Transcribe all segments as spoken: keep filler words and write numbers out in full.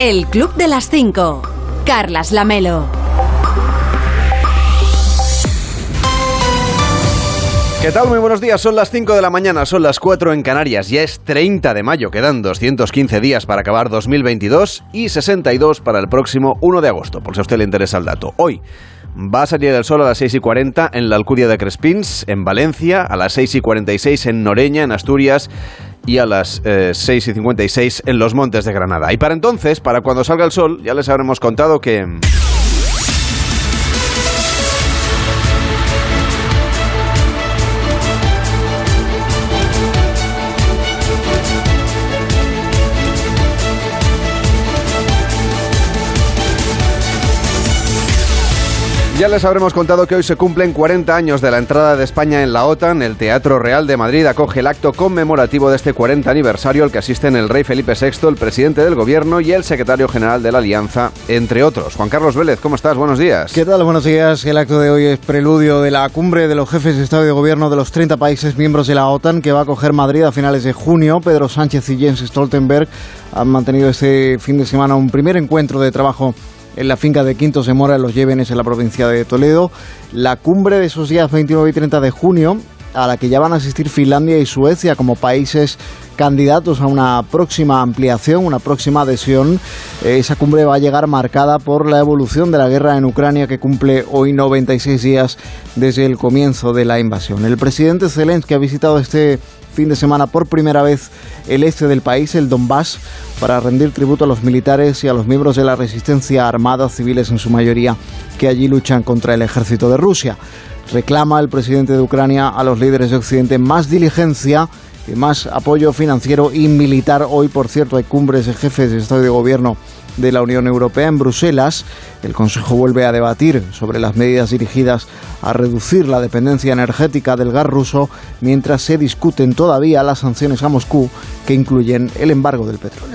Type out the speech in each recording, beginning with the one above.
El Club de las cinco. Carlas Lamelo. ¿Qué tal? Muy buenos días. Son las cinco de la mañana, son las cuatro en Canarias. Ya es treinta de mayo. Quedan doscientos quince días para acabar dos mil veintidós y sesenta y dos para el próximo uno de agosto, por si a usted le interesa el dato. Hoy va a salir el sol a las seis y cuarenta en la Alcudia de Crespins, en Valencia, a las seis y cuarenta y seis en Noreña, en Asturias, y a las eh, seis y cincuenta y seis en los Montes de Granada. Y para entonces, para cuando salga el sol, ya les habremos contado que... Ya les habremos contado que hoy se cumplen cuarenta años de la entrada de España en la OTAN. El Teatro Real de Madrid acoge el acto conmemorativo de este cuarenta aniversario, al que asisten el rey Felipe sexto, el presidente del gobierno y el secretario general de la Alianza, entre otros. Juan Carlos Vélez, ¿cómo estás? Buenos días. ¿Qué tal? Buenos días. El acto de hoy es preludio de la cumbre de los jefes de Estado y de Gobierno de los treinta países miembros de la OTAN, que va a acoger Madrid a finales de junio. Pedro Sánchez y Jens Stoltenberg han mantenido este fin de semana un primer encuentro de trabajo en la finca de Quintos de Mora, en Los Llévenes, en la provincia de Toledo. La cumbre de esos días veintinueve y treinta de junio, a la que ya van a asistir Finlandia y Suecia como países candidatos a una próxima ampliación, una próxima adhesión. Esa cumbre va a llegar marcada por la evolución de la guerra en Ucrania, que cumple hoy noventa y seis días desde el comienzo de la invasión. El presidente Zelensky ha visitado este fin de semana por primera vez el este del país, el Donbass, para rendir tributo a los militares y a los miembros de la resistencia armada, civiles en su mayoría, que allí luchan contra el ejército de Rusia. Reclama el presidente de Ucrania a los líderes de Occidente más diligencia y más apoyo financiero y militar. Hoy, por cierto, hay cumbres de jefes de Estado y de Gobierno de la Unión Europea en Bruselas. El Consejo vuelve a debatir sobre las medidas dirigidas a reducir la dependencia energética del gas ruso, mientras se discuten todavía las sanciones a Moscú, que incluyen el embargo del petróleo.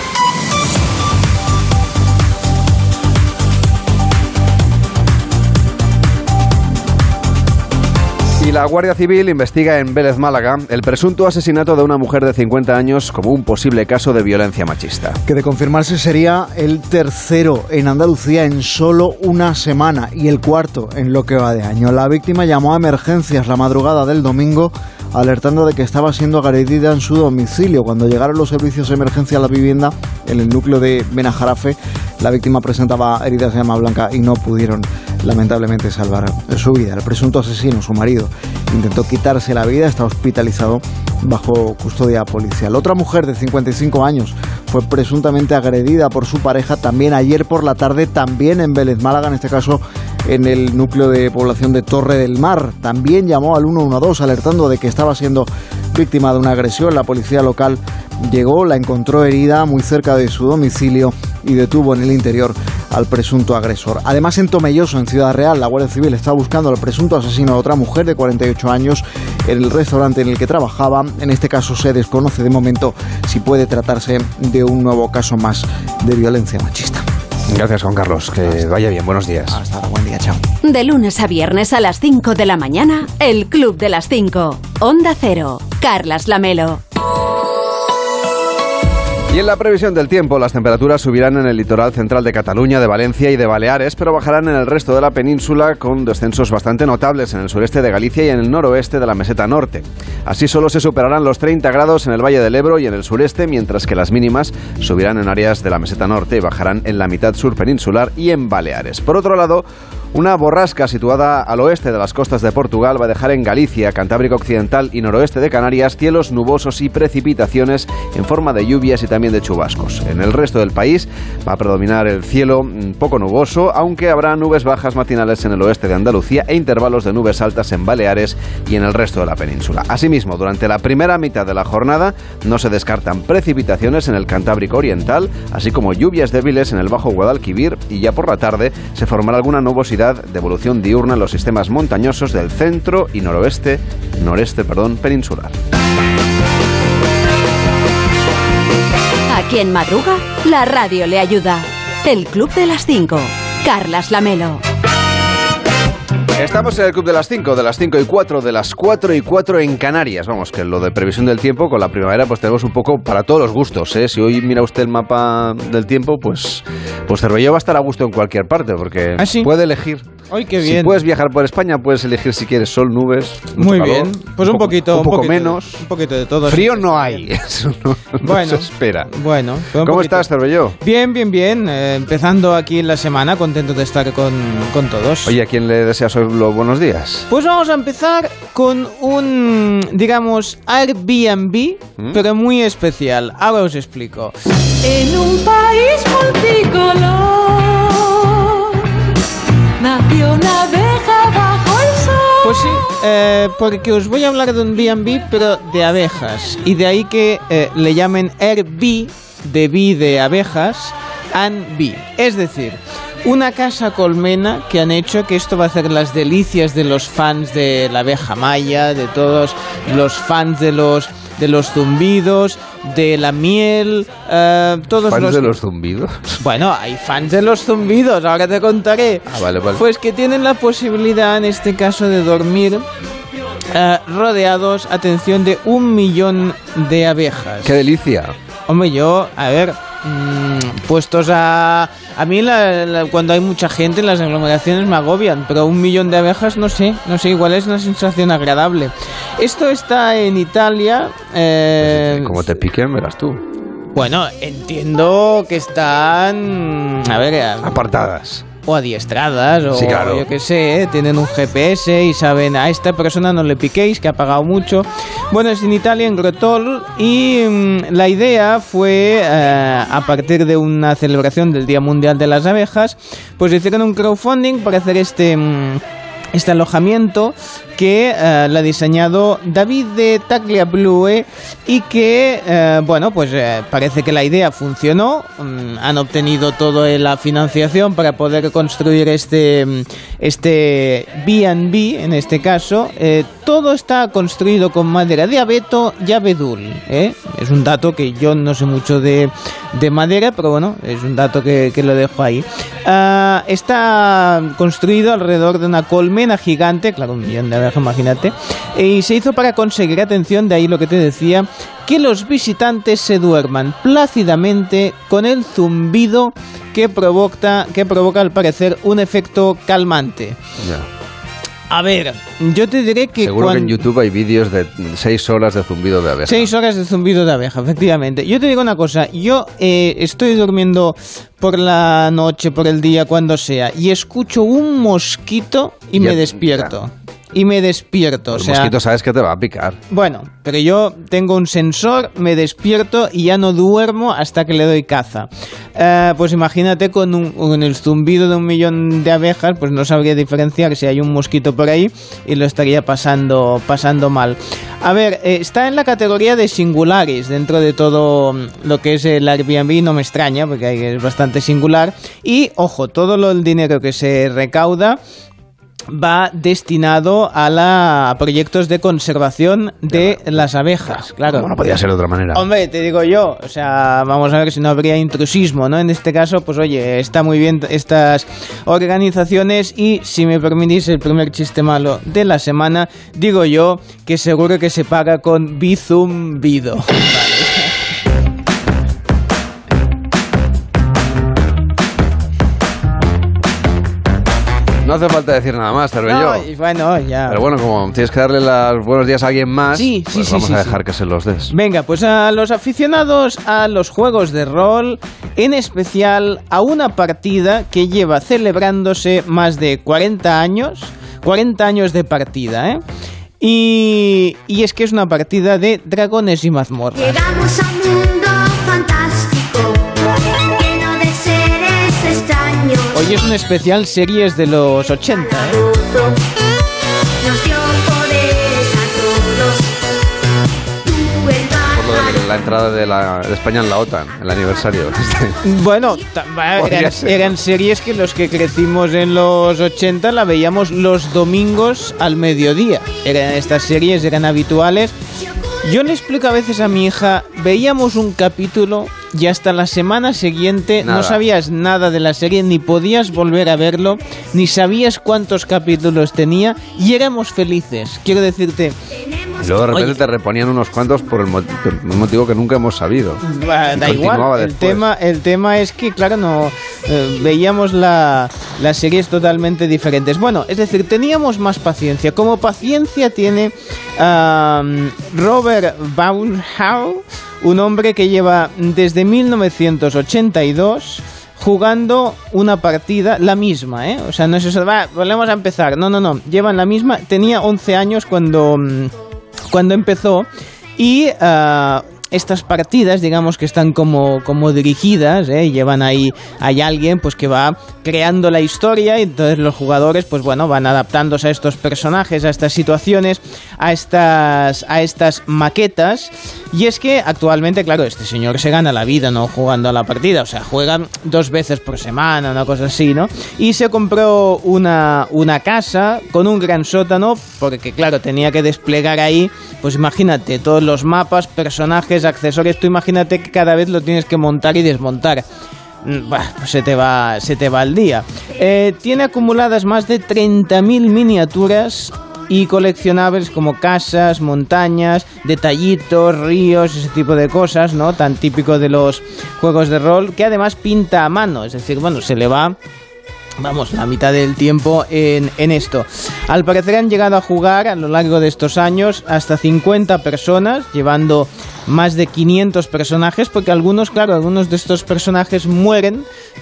Y la Guardia Civil investiga en Vélez, Málaga, el presunto asesinato de una mujer de cincuenta años como un posible caso de violencia machista. Que de confirmarse sería el tercero en Andalucía en solo una semana y el cuarto en lo que va de año. La víctima llamó a emergencias la madrugada del domingo, alertando de que estaba siendo agredida en su domicilio. Cuando llegaron los servicios de emergencia a la vivienda, en el núcleo de Benajarafe, la víctima presentaba heridas de arma blanca y no pudieron, lamentablemente, salvar su vida. El presunto asesino, su marido, intentó quitarse la vida, está hospitalizado bajo custodia policial. Otra mujer de cincuenta y cinco años fue presuntamente agredida por su pareja también ayer por la tarde, también en Vélez, Málaga, en este caso en el núcleo de población de Torre del Mar. También llamó al uno uno dos alertando de que estaba siendo víctima de una agresión. La policía local llegó, la encontró herida muy cerca de su domicilio y detuvo en el interior al presunto agresor. Además, en Tomelloso, en Ciudad Real, la Guardia Civil está buscando al presunto asesino de otra mujer de cuarenta y ocho años en el restaurante en el que trabajaba. En este caso se desconoce de momento si puede tratarse de un nuevo caso más de violencia machista. Gracias, Juan Carlos. Que Hasta vaya bien. Buenos días. Hasta ahora. Buen día. Chao. De lunes a viernes a las cinco de la mañana, el Club de las cinco. Onda Cero. Carlas Lamelo. Y en la previsión del tiempo, las temperaturas subirán en el litoral central de Cataluña, de Valencia y de Baleares, pero bajarán en el resto de la península, con descensos bastante notables en el sureste de Galicia y en el noroeste de la meseta norte. Así solo se superarán los treinta grados en el Valle del Ebro y en el sureste, mientras que las mínimas subirán en áreas de la meseta norte y bajarán en la mitad sur peninsular y en Baleares. Por otro lado, una borrasca situada al oeste de las costas de Portugal va a dejar en Galicia, Cantábrico Occidental y noroeste de Canarias cielos nubosos y precipitaciones en forma de lluvias y también de chubascos. En el resto del país va a predominar el cielo poco nuboso, aunque habrá nubes bajas matinales en el oeste de Andalucía e intervalos de nubes altas en Baleares y en el resto de la península. Asimismo, durante la primera mitad de la jornada no se descartan precipitaciones en el Cantábrico Oriental, así como lluvias débiles en el Bajo Guadalquivir, y ya por la tarde se formará alguna nubosidad de evolución diurna en los sistemas montañosos del centro y noroeste, noreste, perdón, peninsular. A quien madruga, la radio le ayuda. El Club de las cinco. Carlas Lamelo. Estamos en el Club de las cinco, de las cinco y cuatro, de las cuatro y cuatro en Canarias. Vamos, que lo de previsión del tiempo con la primavera pues tenemos un poco para todos los gustos, ¿eh? Si hoy mira usted el mapa del tiempo, pues, pues Cervelló va a estar a gusto en cualquier parte, porque ¿Ah, sí? puede elegir. ¡Ay, qué bien! Si puedes viajar por España, puedes elegir si quieres sol, nubes, muy calor, bien. Pues un, un poquito, poco, un poco poquito, menos. Un poquito de todo. Frío sí. no hay, eso no, bueno, no se espera. Bueno, ¿Cómo poquito. estás, Cervelló? Bien, bien, bien. Eh, empezando aquí la semana, contento de estar con, con todos. Oye, ¿a quién le deseas hoy los buenos días? Pues vamos a empezar con un, digamos, Airbnb, ¿Mm? pero muy especial. Ahora os explico. En un país multicolor nació una abeja bajo el sol. Pues sí, eh, porque os voy a hablar de un B and B, pero de abejas. Y de ahí que eh, le llamen Airbnb, de bee de abejas, and bee. Es decir, una casa colmena que han hecho que esto va a hacer las delicias de los fans de la abeja maya, de todos los fans de los de los zumbidos, de la miel, uh, todos ¿Fans los... de los zumbidos? Bueno, hay fans de los zumbidos, ahora te contaré. Ah, vale, vale. Pues que tienen la posibilidad, en este caso, de dormir uh, rodeados, atención, de un millón de abejas. ¡Qué delicia! Hombre, yo, a ver, mmm, puestos a... A mí la, la, cuando hay mucha gente las aglomeraciones me agobian, pero un millón de abejas no sé, no sé, igual es una sensación agradable. Esto está en Italia. Eh, pues, como te piquen, verás tú. Bueno, entiendo que están, a ver, apartadas. O adiestradas, o sí, claro. yo qué sé, ¿eh? Tienen un G P S y saben, a esta persona no le piquéis, que ha pagado mucho. Bueno, es en Italia, en Grotol, y mmm, la idea fue, eh, a partir de una celebración del Día Mundial de las Abejas, pues hicieron un crowdfunding para hacer este... Mmm, este alojamiento que uh, lo ha diseñado David de Tagliabue y que, uh, bueno, pues uh, parece que la idea funcionó. Um, han obtenido toda la financiación para poder construir este, este B and B, en este caso. Uh, todo está construido con madera de abeto y abedul, ¿eh? Es un dato que yo no sé mucho de, de madera, pero bueno, es un dato que, que lo dejo ahí. Uh, está construido alrededor de una colmena gigante, claro, un millón de abejas, imagínate, y se hizo para conseguir, atención, de ahí lo que te decía, que los visitantes se duerman plácidamente con el zumbido que provoca, que provoca al parecer un efecto calmante. Ya. A ver, yo te diré que... Seguro cuando... que en YouTube hay vídeos de seis horas de zumbido de abeja. Seis horas de zumbido de abeja, efectivamente. Yo te digo una cosa, yo eh, estoy durmiendo por la noche, por el día, cuando sea, y escucho un mosquito y ya, me despierto. Ya. Y me despierto. El o sea, mosquito sabes que te va a picar. Bueno, pero yo tengo un sensor, me despierto y ya no duermo hasta que le doy caza. Uh, pues imagínate con, un, con el zumbido de un millón de abejas, pues no sabría diferenciar si hay un mosquito por ahí y lo estaría pasando, pasando mal. A ver, eh, está en la categoría de singulares dentro de todo lo que es el Airbnb, no me extraña porque es bastante singular. Y, ojo, todo lo, el dinero que se recauda va destinado a, la, a proyectos de conservación de claro, las abejas, claro. Como no podía ser de otra manera. Hombre, te digo yo, o sea, vamos a ver si no habría intrusismo, ¿no? En este caso, pues oye, está muy bien estas organizaciones y, si me permitís el primer chiste malo de la semana, digo yo que seguro que se paga con bizumbido. Vale. No hace falta decir nada más, Cervelló. No, bueno, ya. Pero bueno, como tienes que darle los buenos días a alguien más, sí, sí, pues sí, vamos sí, a dejar sí. que se los des. Venga, pues a los aficionados a los juegos de rol, en especial a una partida que lleva celebrándose más de cuarenta años, cuarenta años de partida, ¿eh? Y, y es que es una partida de dragones y mazmorras. Llegamos a un mundo fantástico, lleno de seres extraños. Hoy es un especial series de los ochenta, ¿eh? Nos dio poderes a todos. Tú, el Por lo de la entrada de, la, de España en la OTAN, el aniversario. Bueno, eran, eran series que los que crecimos en los ochenta la veíamos los domingos al mediodía. Eran, estas series eran habituales. Yo le explico a veces a mi hija, veíamos un capítulo y hasta la semana siguiente Nada. no sabías nada de la serie, ni podías volver a verlo, ni sabías cuántos capítulos tenía y éramos felices. Quiero decirte... Y luego de repente Oye. te reponían unos cuantos por el, mo- por un motivo que nunca hemos sabido. Da Y igual, continuaba el después. tema, el tema es que, claro, no eh, veíamos la, las series totalmente diferentes. Bueno, es decir, teníamos más paciencia. Como paciencia tiene um, Robert Baumhau, un hombre que lleva desde mil novecientos ochenta y dos jugando una partida, la misma, ¿eh? O sea, no es eso, va, volvemos a empezar. No, no, no, llevan la misma. Tenía once años cuando... mm, cuando empezó y uh, estas partidas, digamos que están como, como dirigidas, ¿eh? Llevan ahí, hay alguien pues que va creando la historia y entonces los jugadores pues bueno, van adaptándose a estos personajes, a estas situaciones, a estas, a estas maquetas. Y es que actualmente, claro, este señor se gana la vida no jugando a la partida, o sea, juega dos veces por semana, una cosa así, ¿no? Y se compró una, una casa con un gran sótano porque, claro, tenía que desplegar ahí, pues imagínate, todos los mapas, personajes, accesorios. Tú imagínate que cada vez lo tienes que montar y desmontar. Bah, pues se te va, se te va el día. Eh, tiene acumuladas más de treinta mil miniaturas y coleccionables como casas, montañas, detallitos, ríos, ese tipo de cosas, ¿no? Tan típico de los juegos de rol, que además pinta a mano, es decir, bueno, se le va... Vamos, la mitad del tiempo en, en esto. Al parecer han llegado a jugar a lo largo de estos años hasta cincuenta personas, llevando más de quinientos personajes, porque algunos, claro, algunos de estos personajes mueren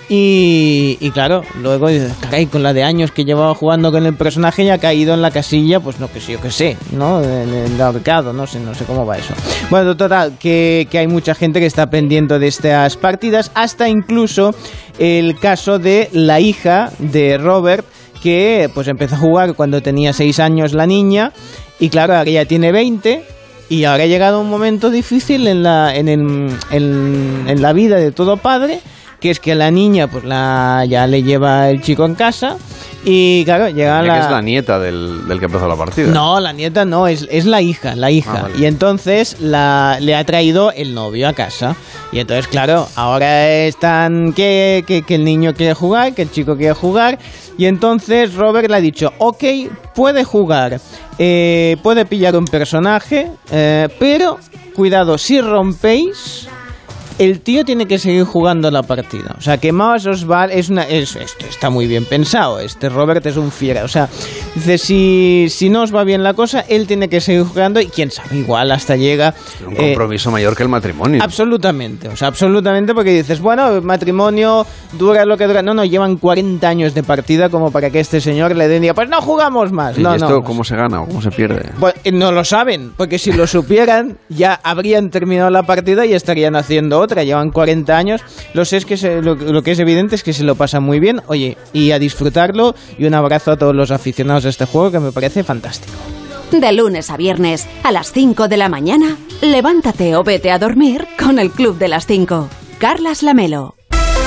y, y claro, luego, caray, con la de años que llevaba jugando con el personaje ya ha caído en la casilla, pues no que sé, yo que sé, ¿no? En el ahorcado, no sé, no sé cómo va eso. Bueno, total, que, que hay mucha gente que está pendiente de estas partidas, hasta incluso el caso de la hija de Robert, que pues empezó a jugar cuando tenía seis años la niña, y claro, ahora ya tiene veinte, y ahora ha llegado un momento difícil en la, en, el, en, en la vida de todo padre, que es que la niña pues la ya le lleva el chico en casa, y claro, llega Ya la... que es la nieta del, del que empezó la partida. No, la nieta no, es, es la hija, la hija. Ah, vale. Y entonces la, le ha traído el novio a casa. Y entonces, claro, ahora están que, que, que el niño quiere jugar, que el chico quiere jugar. Y entonces Robert le ha dicho, ok, puede jugar, eh, puede pillar un personaje, eh, pero cuidado, si rompéis... El tío tiene que seguir jugando la partida. O sea, que más os vale... Es una, es, esto está muy bien pensado. Este Robert es un fiera. O sea, dice, si, si no os va bien la cosa, él tiene que seguir jugando y quién sabe, igual hasta llega... Un eh, compromiso mayor que el matrimonio. Absolutamente, o sea, absolutamente, porque dices, bueno, el matrimonio dura lo que dura. No, no, llevan cuarenta años de partida como para que este señor le den y diga, pues no jugamos más. ¿Y No, esto no. cómo se gana o cómo se pierde? Pues, eh, no lo saben, porque si lo supieran ya habrían terminado la partida y estarían haciendo otra. Llevan cuarenta años. Lo sé, es que se, lo, lo que es evidente es que se lo pasan muy bien. Oye, y a disfrutarlo, y un abrazo a todos los aficionados a este juego, que me parece fantástico. De lunes a viernes, a las cinco de la mañana, levántate o vete a dormir con el Club de las cinco. Carlas Lamelo.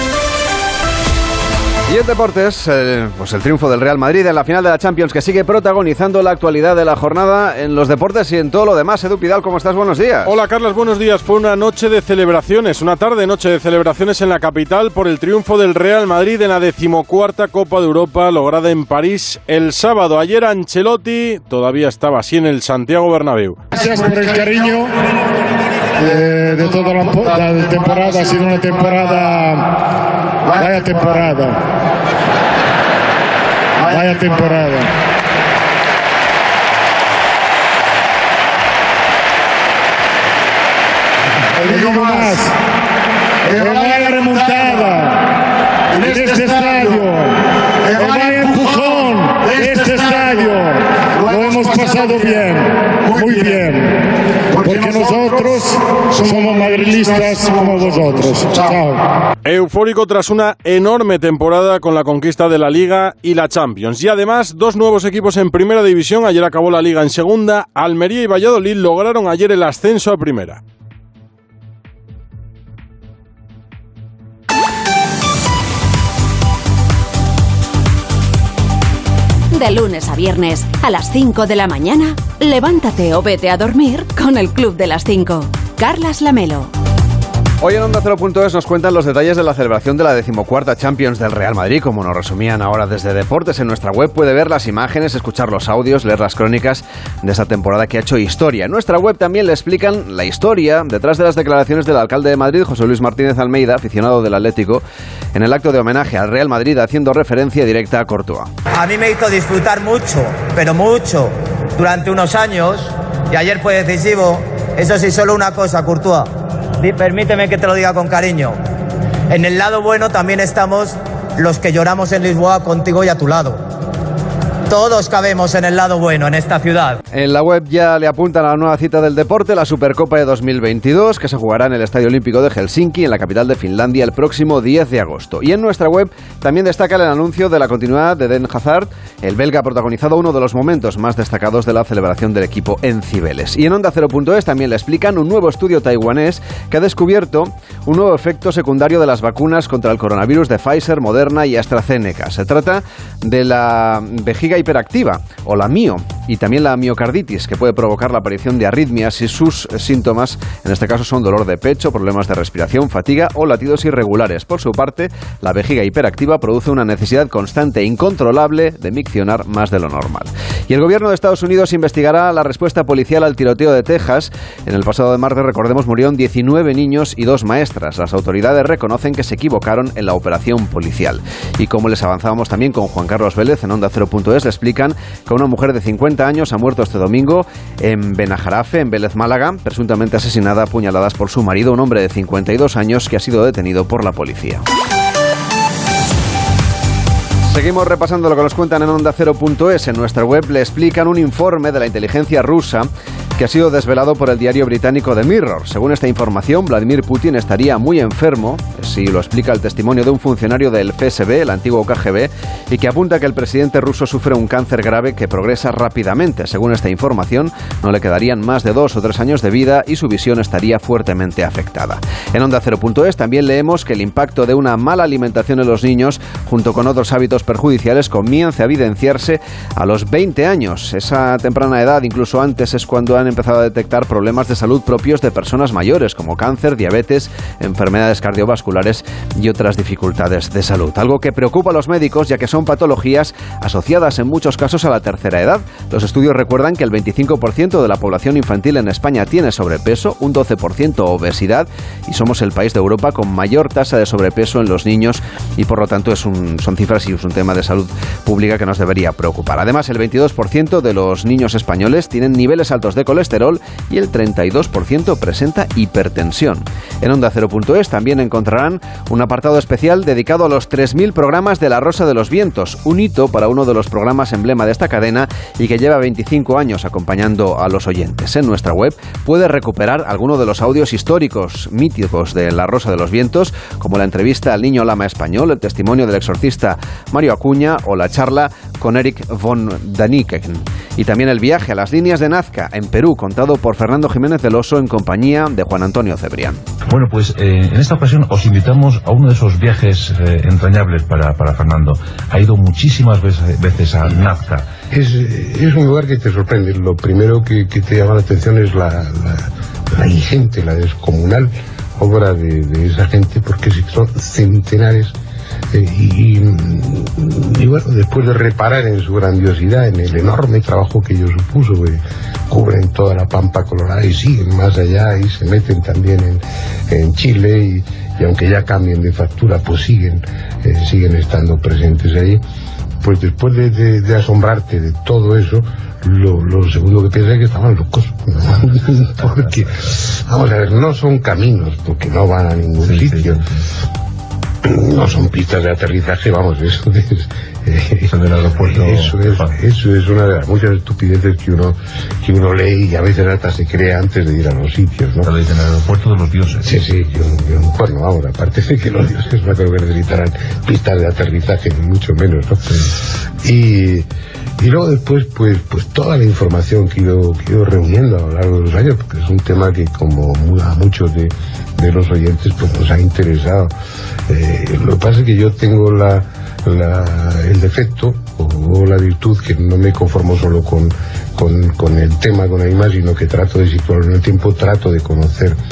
Y en deportes, eh, pues el triunfo del Real Madrid en la final de la Champions, que sigue protagonizando la actualidad de la jornada en los deportes y en todo lo demás. Edu Pidal, ¿cómo estás? Buenos días. Hola Carlos, buenos días. Fue una noche de celebraciones, una tarde noche de celebraciones en la capital por el triunfo del Real Madrid en la decimocuarta Copa de Europa lograda en París el sábado. Ayer Ancelotti todavía estaba así en el Santiago Bernabéu. Gracias por el cariño eh, de toda la, la temporada. Ha sido una temporada, vaya temporada, vaya temporada. Le digo más, que vaya remontada en este estadio, que vaya empujón de este estadio. Lo hemos pasado bien, muy bien, porque nosotros somos madrilistas como vosotros. Chao. Eufórico tras una enorme temporada con la conquista de la Liga y la Champions. Y además, dos nuevos equipos en Primera División. Ayer acabó la Liga en Segunda. Almería y Valladolid lograron ayer el ascenso a Primera. De lunes a viernes, a las cinco de la mañana, levántate o vete a dormir con el Club de las cinco. Carlas Lamelo. Hoy en Onda Cero punto es nos cuentan los detalles de la celebración de la decimocuarta Champions del Real Madrid, como nos resumían ahora desde Deportes. En nuestra web puede ver las imágenes, escuchar los audios, leer las crónicas de esa temporada que ha hecho historia. En nuestra web también le explican la historia detrás de las declaraciones del alcalde de Madrid, José Luis Martínez Almeida, aficionado del Atlético, en el acto de homenaje al Real Madrid, haciendo referencia directa a Courtois. A mí me hizo disfrutar mucho, pero mucho, durante unos años, y ayer fue decisivo. Eso sí, solo una cosa, Courtois. Permíteme que te lo diga con cariño. En el lado bueno también estamos los que lloramos en Lisboa contigo y a tu lado. Todos cabemos en el lado bueno en esta ciudad. En la web ya le apuntan a la nueva cita del deporte, la Supercopa de dos mil veintidós, que se jugará en el Estadio Olímpico de Helsinki, en la capital de Finlandia, el próximo diez de agosto. Y en nuestra web también destaca el anuncio de la continuidad de Eden Hazard. El belga ha protagonizado uno de los momentos más destacados de la celebración del equipo en Cibeles. Y en Onda Cero punto es también le explican un nuevo estudio taiwanés que ha descubierto un nuevo efecto secundario de las vacunas contra el coronavirus de Pfizer, Moderna y AstraZeneca. Se trata de la vejiga hiperactiva o la mio y también la miocarditis, que puede provocar la aparición de arritmias, y sus síntomas en este caso son dolor de pecho, problemas de respiración, fatiga o latidos irregulares. Por su parte, la vejiga hiperactiva produce una necesidad constante e incontrolable de miccionar más de lo normal. Y el gobierno de Estados Unidos investigará la respuesta policial al tiroteo de Texas. En el pasado de martes, recordemos, murieron diecinueve niños y dos maestras. Las autoridades reconocen que se equivocaron en la operación policial. Y como les avanzábamos también con Juan Carlos Vélez en Onda Cero punto es, le explican que una mujer de cincuenta años ha muerto este domingo en Benajarafe, en Vélez, Málaga, presuntamente asesinada a puñaladas por su marido, un hombre de cincuenta y dos años que ha sido detenido por la policía. Seguimos repasando lo que nos cuentan en Onda Cero punto es. En nuestra web le explican un informe de la inteligencia rusa que ha sido desvelado por el diario británico The Mirror. Según esta información, Vladimir Putin estaría muy enfermo, si lo explica el testimonio de un funcionario del F S B, el antiguo K G B, y que apunta que el presidente ruso sufre un cáncer grave que progresa rápidamente. Según esta información, no le quedarían más de dos o tres años de vida y su visión estaría fuertemente afectada. En Onda Cero punto es también leemos que el impacto de una mala alimentación en los niños, junto con otros hábitos perjudiciales, comienza a evidenciarse a los veinte años. Esa temprana edad, incluso antes, es cuando han empezado a detectar problemas de salud propios de personas mayores, como cáncer, diabetes, enfermedades cardiovasculares y otras dificultades de salud. Algo que preocupa a los médicos, ya que son patologías asociadas en muchos casos a la tercera edad. Los estudios recuerdan que el veinticinco por ciento de la población infantil en España tiene sobrepeso, un doce por ciento obesidad, y somos el país de Europa con mayor tasa de sobrepeso en los niños, y por lo tanto es un, son cifras y es un tema de salud pública que nos debería preocupar. Además, el veintidós por ciento de los niños españoles tienen niveles altos de colesterol y el treinta y dos por ciento presenta hipertensión. En Onda Cero punto es también encontrarán un apartado especial dedicado a los tres mil programas de La Rosa de los Vientos, un hito para uno de los programas emblema de esta cadena y que lleva veinticinco años acompañando a los oyentes. En nuestra web puede recuperar algunos de los audios históricos, míticos de La Rosa de los Vientos, como la entrevista al niño lama español, el testimonio del exorcista Mario Acuña o la charla con Eric von Daniken. Y también el viaje a las líneas de Nazca en Perú, contado por Fernando Jiménez del Oso en compañía de Juan Antonio Cebrián. Bueno, pues eh, en esta ocasión os invitamos a uno de esos viajes eh, entrañables para, para Fernando. Ha ido muchísimas veces, veces a Nazca. Es, es un lugar que te sorprende. Lo primero que, que te llama la atención es la, la, la ingente, la descomunal obra de, de esa gente, porque son centenares. Eh, y, y bueno, después de reparar en su grandiosidad, en el enorme trabajo que ello supuso, eh, cubren toda la Pampa Colorada y siguen más allá y se meten también en, en Chile y, y aunque ya cambien de factura, pues siguen, eh, siguen estando presentes ahí. Pues después de, de, de asombrarte de todo eso, lo, lo segundo que piensas es que estaban locos, ¿no? Porque, vamos a ver, no son caminos, porque no van a ningún sí, sitio. Sí, sí. No son pistas de aterrizaje, vamos, eso es, eh, eso, del aeropuerto, eso, es eso es una de las muchas estupideces que uno que uno lee y a veces hasta se cree antes de ir a los sitios, ¿no? Tal vez en el aeropuerto de los dioses. Sí, sí, que un, que un cuerno ahora, aparte de que los dioses no creo que necesitarán pistas de aterrizaje, ni mucho menos, ¿no? Sí. Y, y luego después, pues pues toda la información que he ido, que he ido reuniendo a lo largo de los años, porque es un tema que como a muchos de, de los oyentes pues nos ha interesado. Eh, lo que pasa es que yo tengo la, la, el defecto o, o la virtud que no me conformo solo con, con, con el tema, con la imagen, sino que trato de situarlo en el tiempo, trato de conocer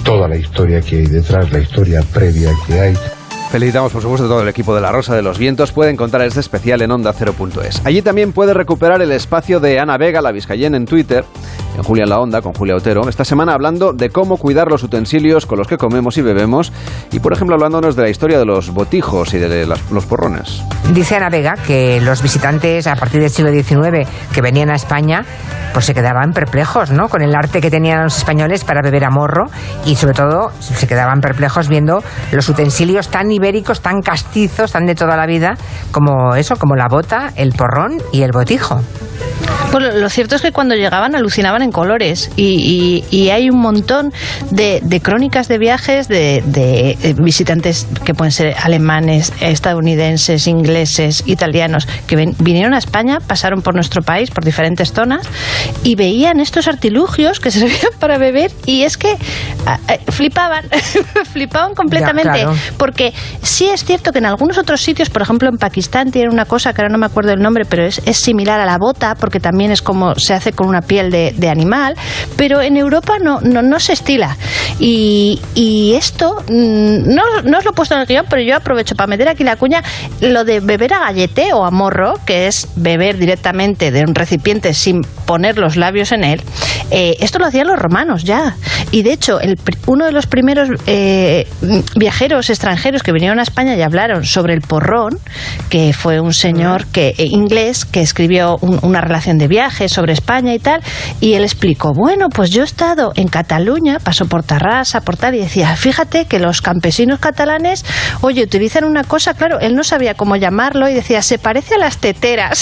toda la historia que hay detrás, la historia previa que hay. Felicitamos, por supuesto, a todo el equipo de La Rosa de los Vientos. Pueden encontrar este especial en onda cero punto es. Allí también puede recuperar el espacio de Ana Vega, la vizcaína, en Twitter, en Julia en la Onda, con Julia Otero. Esta semana hablando de cómo cuidar los utensilios con los que comemos y bebemos. Y, por ejemplo, hablándonos de la historia de los botijos y de las, los porrones. Dice Ana Vega que los visitantes a partir del siglo diecinueve que venían a España pues se quedaban perplejos, ¿no?, con el arte que tenían los españoles para beber a morro, y sobre todo se quedaban perplejos viendo los utensilios tan ibéricos, tan castizos, tan de toda la vida, como eso, como la bota, el porrón y el botijo. Pues lo cierto es que cuando llegaban alucinaban en colores y, y, y hay un montón de, de crónicas de viajes de, de visitantes que pueden ser alemanes, estadounidenses, ingleses, italianos, que ven, vinieron a España, pasaron por nuestro país, por diferentes zonas, y veían estos artilugios que servían para beber, y es que eh, flipaban, flipaban completamente, ya, claro. Porque sí es cierto que en algunos otros sitios, por ejemplo en Pakistán, tienen una cosa que ahora no me acuerdo el nombre, pero es, es similar a la bota, porque también es como se hace con una piel de, de animal, pero en Europa no, no, no se estila. Y, y esto, no, no os lo he puesto en el guión, pero yo aprovecho para meter aquí la cuña, lo de beber a gallete o a morro, que es beber directamente de un recipiente sin poner los labios en él. Eh, esto lo hacían los romanos ya. Y de hecho, el, uno de los primeros eh, viajeros extranjeros que vinieron a España y hablaron sobre el porrón, que fue un señor que, eh, inglés que escribió un, una relación de viajes sobre España y tal, y él explicó, bueno, pues yo he estado en Cataluña, pasó por Tarrasa, por tal, y decía, fíjate que los campesinos catalanes, oye, utilizan una cosa, claro, él no sabía cómo llamarlo, y decía, se parece a las teteras.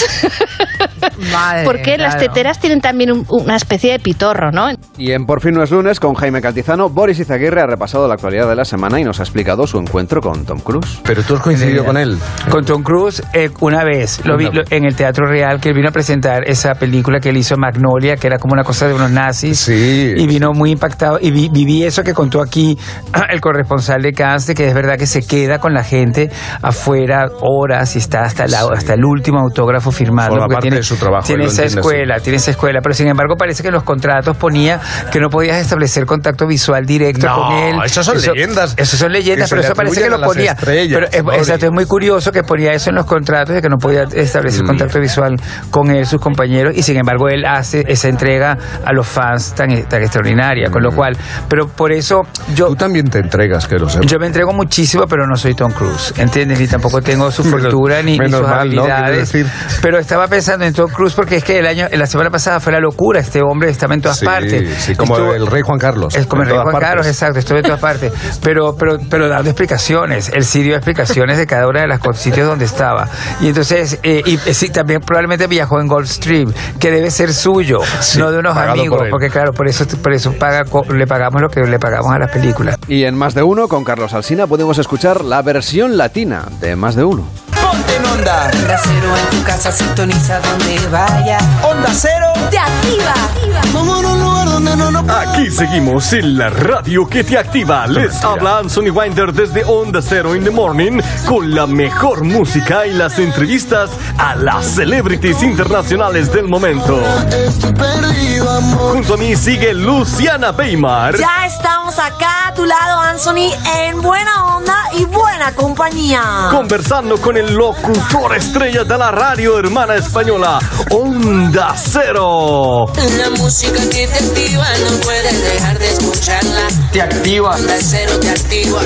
Madre, porque claro, las teteras tienen también un, una especie de pitorro, ¿no? Y en Por fin no es lunes, con Jaime Cantizano, Boris Izaguirre ha repasado la actualidad de la semana y nos ha explicado su encuentro con Tom Cruise. ¿Pero tú has coincidido con él? Con Tom Cruise eh, una vez, lo vi lo, en el Teatro Real, que él vino a presentar esa película que él hizo, Magnolia, que era como una cosa de unos nazis. Sí. Y vino muy impactado, y vi, viví eso que contó aquí el corresponsal de Cannes, que es verdad que se queda con la gente afuera horas y está hasta, la, sí. hasta el último autógrafo firmado. Por la parte tiene, de su trabajo. Tiene esa escuela, así. tiene esa escuela, pero sin embargo parece que en los contratos ponía que no podías establecer contacto visual directo no, con él. Esas son eso, leyendas. Eso son leyendas, pero eso parece que lo ponía. Pero es, exacto, es muy curioso que ponía eso en los contratos, de que no podía establecer mm. contacto visual con él, sus compañeros, y sin embargo él hace esa entrega a los fans tan, tan extraordinaria, mm. con lo cual, pero por eso yo... Tú también te entregas, que lo sé. Yo me entrego muchísimo, pero no soy Tom Cruise, ¿entiendes? Ni tampoco tengo su fortuna ni, ni sus mal, habilidades. ¿No? Pero estaba pensando en Tom Cruise porque es que el año, la semana pasada fue la locura, este hombre estaba en todas sí, partes. Sí, como Estuvo, el rey Juan Carlos. Es como el rey Juan partes. Carlos, exacto, estuvo en todas partes. Pero, pero, pero dando explicaciones, él sí dio explicaciones de cada una de los sitios donde estaba. Y entonces, eh, y sí, también probablemente viajó en Gulfstream, que debe ser suyo, sí, no de unos amigos, por porque claro, por eso, por eso paga, le pagamos lo que le pagamos a las películas. Y en Más de Uno, con Carlos Alsina, podemos escuchar la versión latina de Más de Uno. Ponte en Onda. Onda Cero en tu casa, sintoniza donde vaya. Onda Cero te activa. Vamos a un lugar donde no nos... Aquí seguimos en la radio que te activa. Les habla Anthony Winder desde Onda Cero in the Morning con la mejor música y las entrevistas a las celebrities internacionales del momento. Estoy perdido, amor. Junto a mí sigue Luciana Weimar. Ya estamos acá a tu lado, Anthony, en buena onda y buena compañía. Conversando con el locutor estrella de la radio hermana española, Onda Cero. La música que te activa, no puedes dejar de escucharla. Te activa. Onda Cero te activa.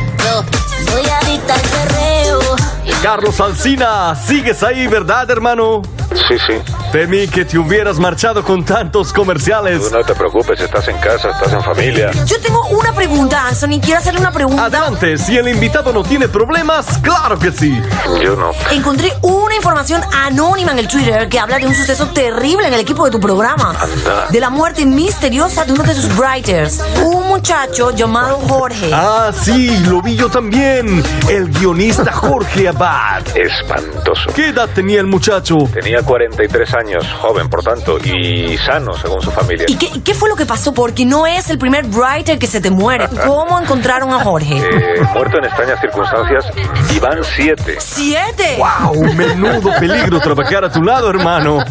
No, voy adicta al perreo. Carlos Alsina, sigues ahí, ¿verdad, hermano? Sí, sí. Temí que te hubieras marchado con tantos comerciales. Tú no te preocupes, estás en casa, estás en familia. Yo tengo una pregunta, Anthony. Quiero hacerle una pregunta. Adelante, si el invitado no tiene problemas, claro que sí. Yo no. Encontré una información anónima en el Twitter que habla de un suceso terrible en el equipo de tu programa. Anda. De la muerte misteriosa de uno de sus writers. Un muchacho llamado Jorge. Ah, sí, lo vi yo también. El guionista Jorge Abad. Espantoso. ¿Qué edad tenía el muchacho? Tenía cuarenta y tres años, joven, por tanto, y sano, según su familia. ¿Y qué, qué fue lo que pasó? Porque no es el primer writer que se te muere. ¿Cómo encontraron a Jorge? Eh, muerto en extrañas circunstancias, y van siete. ¿Siete? ¡Wow! Menudo peligro trabajar a tu lado, hermano.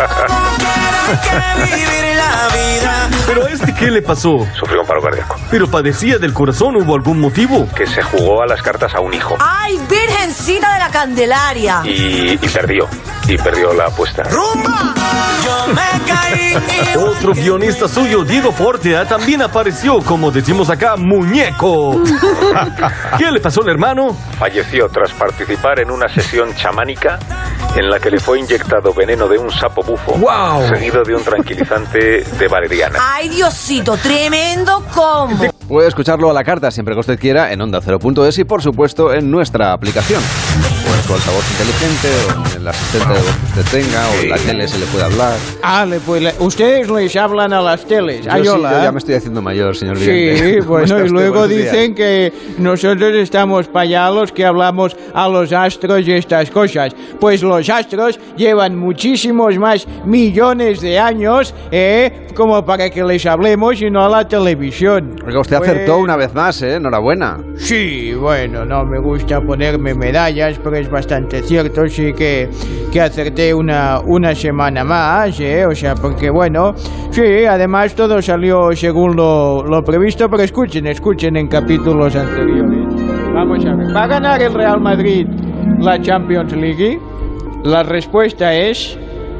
¿Pero a este qué le pasó? Sufrió un paro cardíaco. ¿Pero padecía del corazón? ¿Hubo algún motivo? Que se jugó a las cartas a un hijo. ¡Ay, Virgencita de la Candelaria! Y, y perdió. Y perdió la apuesta. ¡Rumba! Yo me caí. Otro guionista suyo, Diego Fortea, también apareció, como decimos acá, muñeco. ¿Qué le pasó al hermano? Falleció tras participar en una sesión chamánica en la que le fue inyectado veneno de un sapo bufo, ¡wow!, seguido de un tranquilizante de valeriana. ¡Ay, Diosito! ¡Tremendo combo! Puede escucharlo a la carta siempre que usted quiera en onda cero punto es y, por supuesto, en nuestra aplicación. O en su altavoz inteligente, o en el asistente de voz que usted tenga, o en la tele se le puede hablar. Ah, le, pues, le, ustedes les hablan a las teles. Yo, Ay, sí, hola. yo ya me estoy haciendo mayor, señor Sí, Vidente. bueno, y luego dicen que nosotros estamos para allá los que hablamos a los astros y estas cosas. Pues los astros llevan muchísimos más millones de años, ¿eh?, como para que les hablemos y no a la televisión. Oiga, usted Pues, acertó una vez más, ¿eh? Enhorabuena. Sí, bueno, no me gusta ponerme medallas, pero es bastante cierto, sí que, que acerté una, una semana más, ¿eh? O sea, porque bueno, sí, además todo salió según lo, lo previsto, pero escuchen, escuchen en capítulos anteriores. Vamos a ver, ¿va a ganar el Real Madrid la Champions League? La respuesta es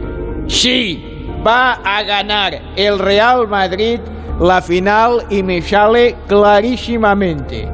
sí, va a ganar el Real Madrid la final y me sale clarísimamente.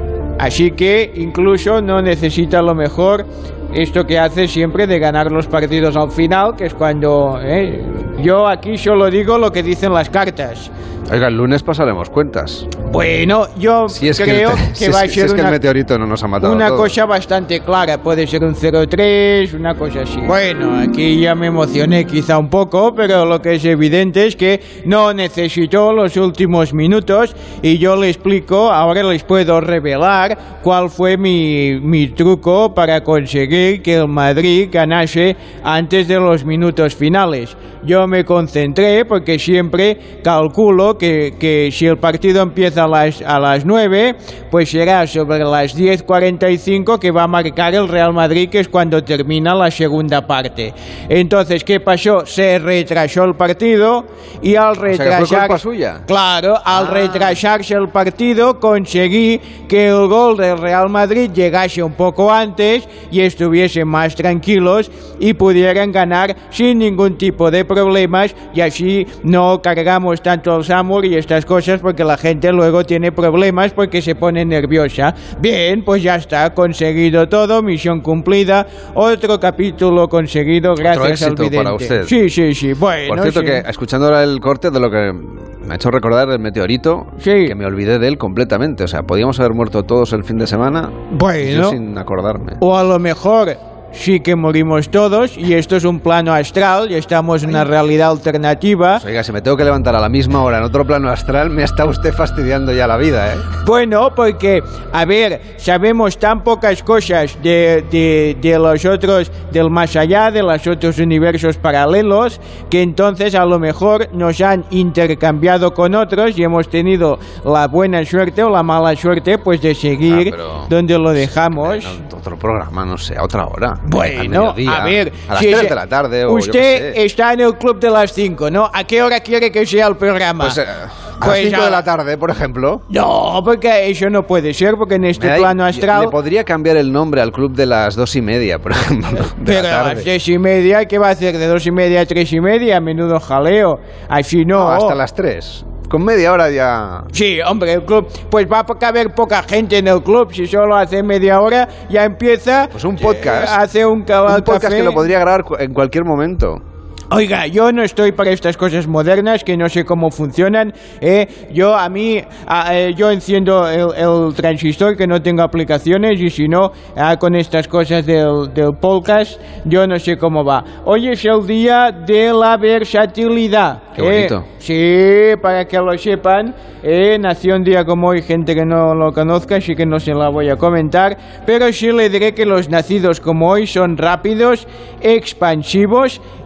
Así que incluso no necesita lo mejor esto que hace siempre de ganar los partidos al final, que es cuando... ¿eh? Yo aquí solo digo lo que dicen las cartas. Oiga, el lunes pasaremos cuentas. Bueno, yo si es creo que, el, que si va es, a ser si es una, que el meteorito no nos ha matado una a todos. cosa bastante clara. Puede ser un cero tres, una cosa así. Bueno, aquí ya me emocioné quizá un poco, pero lo que es evidente es que no necesitó los últimos minutos y yo le explico, ahora les puedo revelar cuál fue mi, mi truco para conseguir que el Madrid ganase antes de los minutos finales. Yo me concentré porque siempre calculo que, que si el partido empieza a las, a las nueve, pues será sobre las diez cuarenta y cinco que va a marcar el Real Madrid, que es cuando termina la segunda parte. Entonces, ¿qué pasó? Se retrasó el partido y al retrasar... O sea, ¿que fue culpa suya? Claro, al ah. retrasarse el partido conseguí que el gol del Real Madrid llegase un poco antes y estuviesen más tranquilos y pudieran ganar sin ningún tipo de problemas, y así no cargamos tanto el Samur y estas cosas, porque la gente luego tiene problemas porque se pone nerviosa. Bien, pues ya está, conseguido todo, misión cumplida, otro capítulo conseguido gracias otro al vidente. para usted. Sí, sí, sí. Bueno, por cierto, sí. que escuchando ahora el corte de lo que me ha hecho recordar el meteorito, sí, que me olvidé de él completamente. O sea, podíamos haber muerto todos el fin de semana, bueno, yo sin acordarme. O a lo mejor sí que morimos todos y esto es un plano astral y estamos en una realidad alternativa. Pues oiga, si me tengo que levantar a la misma hora en otro plano astral, me está usted fastidiando ya la vida, ¿eh? Bueno, porque, a ver, sabemos tan pocas cosas de, de, de los otros, del más allá, de los otros universos paralelos, que entonces a lo mejor nos han intercambiado con otros y hemos tenido la buena suerte o la mala suerte, pues de seguir ah, pero, donde lo dejamos. En otro programa, no sé, a otra hora. Bueno, a ver, a las si tres de la tarde o usted yo qué sé. Está en el club de las cinco, ¿no? ¿A qué hora quiere que sea el programa? Pues, eh, a pues las cinco a... de la tarde, por ejemplo. No, porque eso no puede ser, porque en este da, plano astral... Le podría cambiar el nombre al club de las dos y media, por ejemplo. Pero a las tres y media, ¿qué va a hacer? ¿De dos y media a tres y media? Menudo jaleo. Así no. No, hasta las tres. Con media hora ya... Sí, hombre, el club... Pues va a caber poca gente en el club. Si solo hace media hora, ya empieza... Pues un podcast. Eh, hace un, un podcast café. que lo podría grabar en cualquier momento. Oiga, yo no estoy para estas cosas modernas que no sé cómo funcionan. Eh, yo a mí, a, eh, yo enciendo el, el transistor que no tengo aplicaciones y si no, ah, con estas cosas del, del podcast, yo no sé cómo va. Hoy es el día de la versatilidad. Qué bonito. Eh, sí, para que lo sepan, eh, nació un día como hoy gente que no lo conozca, así que no se la voy a comentar, pero sí le diré que los nacidos como hoy son rápidos, expansivos y hábiles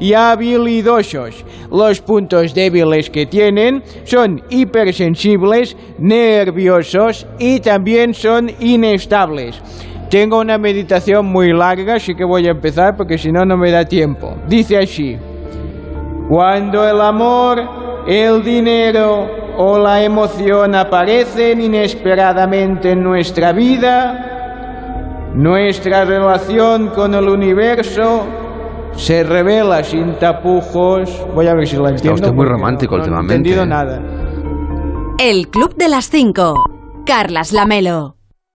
habilidosos. Los puntos débiles que tienen son hipersensibles, nerviosos y también son inestables. Tengo una meditación muy larga, así que voy a empezar porque si no, no me da tiempo. Dice así: cuando el amor, el dinero o la emoción aparecen inesperadamente en nuestra vida, nuestra relación con el universo se revela sin tapujos. Voy a ver si la entiendo. Está usted muy romántico no, últimamente. No he entendido nada. El Club de las Cinco. Carlas Lamelo.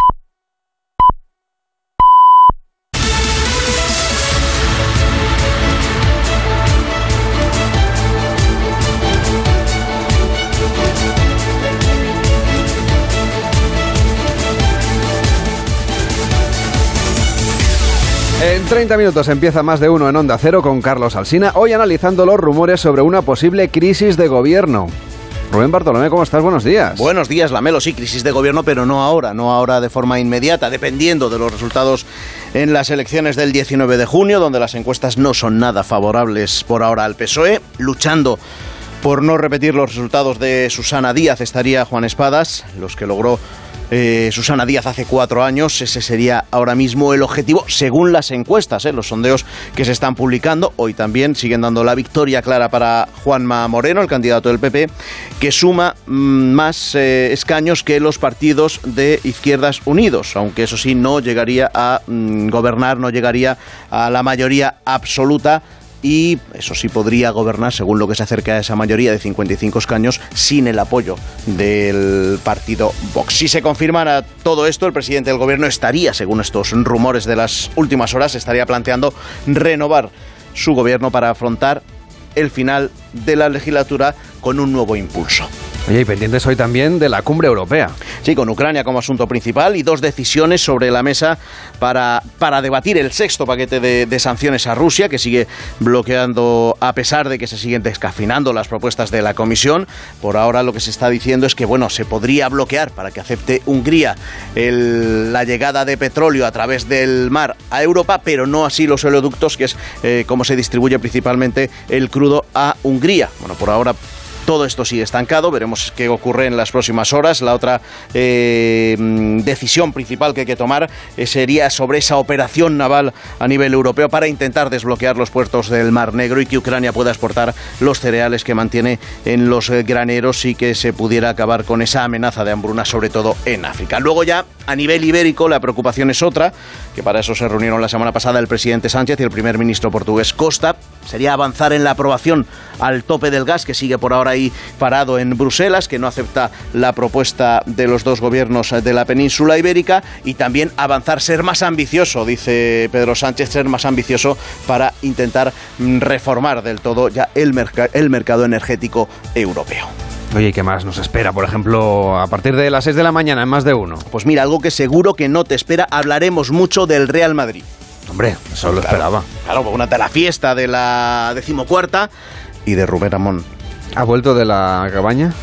En treinta minutos empieza Más de Uno en Onda Cero con Carlos Alsina, hoy analizando los rumores sobre una posible crisis de gobierno. Rubén Bartolomé, ¿cómo estás? Buenos días. Buenos días, Lamelo. Sí, crisis de gobierno, pero no ahora, no ahora de forma inmediata, dependiendo de los resultados en las elecciones del diecinueve de junio, donde las encuestas no son nada favorables por ahora al P S O E, luchando por no repetir los resultados de Susana Díaz estaría Juan Espadas, los que logró Eh, Susana Díaz hace cuatro años. Ese sería ahora mismo el objetivo, según las encuestas, ¿eh? Los sondeos que se están publicando. Hoy también siguen dando la victoria clara para Juanma Moreno, el candidato del P P, que suma mmm, más eh, escaños que los partidos de Izquierdas Unidos, aunque eso sí no llegaría a mmm, gobernar, no llegaría a la mayoría absoluta. Y eso sí podría gobernar, según lo que se acerca a esa mayoría de cincuenta y cinco escaños, sin el apoyo del partido Vox. Si se confirmara todo esto, el presidente del gobierno estaría, según estos rumores de las últimas horas, estaría planteando renovar su gobierno para afrontar el final de la legislatura con un nuevo impulso. Oye, y pendientes hoy también de la cumbre europea. Sí, con Ucrania como asunto principal y dos decisiones sobre la mesa para, para debatir el sexto paquete de, de sanciones a Rusia, que sigue bloqueando a pesar de que se siguen descafeinando las propuestas de la Comisión. Por ahora lo que se está diciendo es que, bueno, se podría bloquear para que acepte Hungría el, la llegada de petróleo a través del mar a Europa, pero no así los oleoductos, que es eh, como se distribuye principalmente el crudo a Hungría. Bueno, por ahora todo esto sigue estancado, veremos qué ocurre en las próximas horas. La otra eh, decisión principal que hay que tomar eh, sería sobre esa operación naval a nivel europeo para intentar desbloquear los puertos del Mar Negro y que Ucrania pueda exportar los cereales que mantiene en los eh, graneros y que se pudiera acabar con esa amenaza de hambruna, sobre todo en África. Luego ya, a nivel ibérico, la preocupación es otra, que para eso se reunieron la semana pasada el presidente Sánchez y el primer ministro portugués Costa. Sería avanzar en la aprobación al tope del gas, que sigue por ahora ahí parado en Bruselas, que no acepta la propuesta de los dos gobiernos de la península ibérica, y también avanzar, ser más ambicioso, dice Pedro Sánchez, ser más ambicioso para intentar reformar del todo ya el, merc- el mercado energético europeo. Oye, ¿y qué más nos espera? Por ejemplo, a partir de las seis de la mañana en Más de Uno. Pues mira, algo que seguro que no te espera, hablaremos mucho del Real Madrid. Hombre, eso lo claro, esperaba. Claro, una de la fiesta de la decimocuarta y de Rubén Amón. ¿Ha vuelto de la cabaña?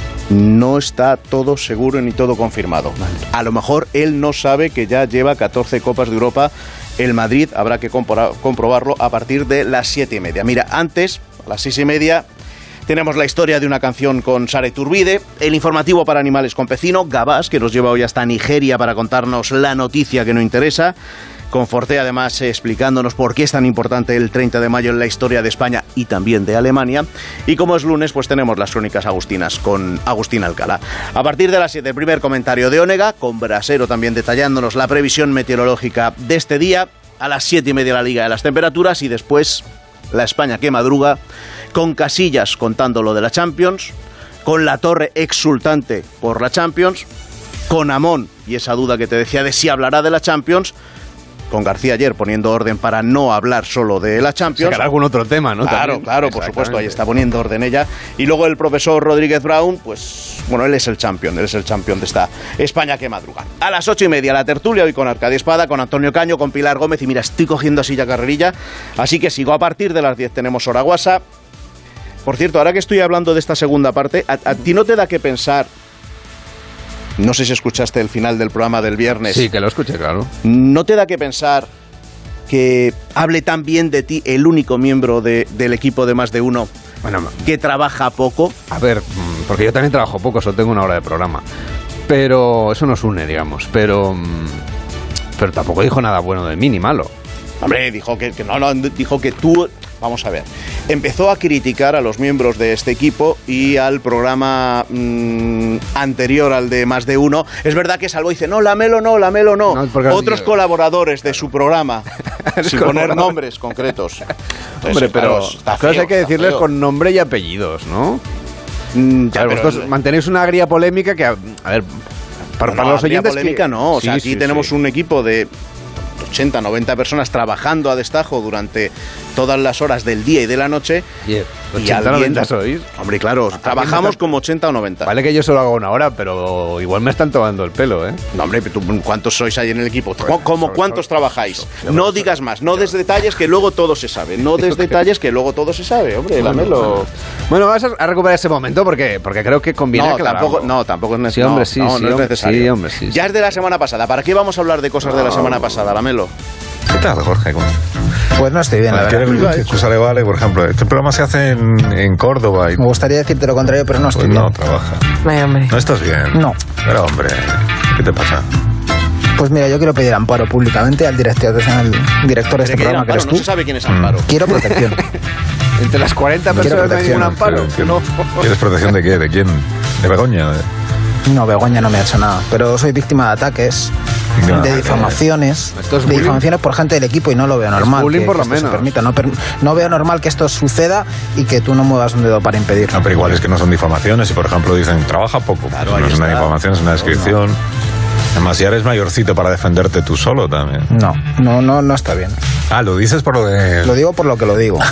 No está todo seguro ni todo confirmado. Vale. A lo mejor él no sabe que ya lleva catorce Copas de Europa el Madrid. Habrá que comprobarlo a partir de las siete y media. Mira, antes, a las seis y media, tenemos la historia de una canción con Sara Iturbide, el informativo para animales con Pecino, Gabás, que nos lleva hoy hasta Nigeria para contarnos la noticia que nos interesa. Conforté además explicándonos por qué es tan importante el treinta de mayo en la historia de España y también de Alemania. Y como es lunes, pues tenemos las crónicas agustinas con Agustín Alcalá. A partir de las siete, el primer comentario de Onega, con Brasero también detallándonos la previsión meteorológica de este día. A las siete y media la Liga de las Temperaturas y después la España que madruga, con Casillas contando lo de la Champions, con La Torre exultante por la Champions, con Amón y esa duda que te decía de si hablará de la Champions, con García ayer poniendo orden para no hablar solo de la Champions. Sacar algún otro tema, ¿no? Claro, También. claro, por supuesto, ahí está poniendo orden ella. Y luego el profesor Rodríguez Brown, pues, bueno, él es el champion, él es el champion de esta España que madruga. A las ocho y media la tertulia, hoy con Arcadio Espada, con Antonio Caño, con Pilar Gómez, y mira, estoy cogiendo así ya carrerilla, así que sigo. A partir de las diez tenemos Hora Guasa. Por cierto, ahora que estoy hablando de esta segunda parte, ¿a, a ti no te da que pensar? No sé si escuchaste el final del programa del viernes. Sí, que lo escuché, claro. ¿No te da que pensar que hable tan bien de ti el único miembro de, del equipo de Más de Uno bueno, que trabaja poco? A ver, porque yo también trabajo poco, solo tengo una hora de programa. Pero eso nos une, digamos. Pero, pero tampoco dijo nada bueno de mí, ni malo. Hombre, dijo que, que no, no, dijo que tú... Vamos a ver. Empezó a criticar a los miembros de este equipo y al programa mmm, anterior al de Más de Uno. Es verdad que salvó y dice, no, Lamelo no, Lamelo no. no Otros colaboradores de su programa, sin poner nombres concretos. Entonces, Hombre, pero claro, las cosas hay que decirles feo. con nombre y apellidos, ¿no? Mm, ya, a ver, vosotros el... mantenéis una agria polémica que, a, a ver, para, no, para no, los oyentes... polémica que... no, o sí, sea, aquí sí, tenemos sí. un equipo de ochenta, noventa personas trabajando a destajo durante todas las horas del día y de la noche. Yeah. Y ochenta, noventa sois. Hombre, claro, trabajamos está... como ochenta o noventa. Vale que yo solo hago una hora, pero igual me están tomando el pelo, ¿eh? No, hombre, ¿tú, ¿cuántos sois ahí en el equipo? ¿Cómo, cómo cuántos trabajáis? No digas más, no des detalles que luego todo se sabe. No des detalles que luego todo se sabe, hombre, Lamelo. Bueno, vas a recuperar ese momento porque, porque creo que conviene no, aclararlo. Tampoco, no, tampoco es necesario. Sí, hombre, sí, no, no, sí, no hombre, es necesario. Sí, hombre, sí, ya sí. es de la semana pasada. ¿Para qué vamos a hablar de cosas de la semana pasada, Lamelo? ¿Qué tal, Jorge? ¿Cómo? Pues no estoy bien, la verdad. ¿Qué excusa le vale? Por ejemplo, este programa se hace en, en Córdoba. Y... Me gustaría decirte lo contrario, pero no estoy pues bien. No, trabaja. Ay, hombre. ¿No estás bien? No. Pero, hombre, ¿qué te pasa? Pues mira, yo quiero pedir amparo públicamente al director, al director de este programa, que eres tú. No se sabe quién es Amparo. Quiero protección. Entre las cuarenta personas no hay ningún amparo. ¿Qué, no. ¿Quieres protección de qué? ¿De quién? ¿De Begoña? No, Begoña no me ha hecho nada, pero soy víctima de ataques, no, de difamaciones, de difamaciones por gente del equipo y no lo veo normal. Bullying que, por que lo esto menos. Se permita. No, per, no veo normal que esto suceda y que tú no muevas un dedo para impedirlo. No, pero igual es que no son difamaciones y, por ejemplo, dicen, trabaja poco. Claro, pues no es una difamación, es una descripción. No. Además, ya eres mayorcito para defenderte tú solo también. No, no, no, no está bien. Ah, lo dices por lo de... Lo digo por lo que lo digo.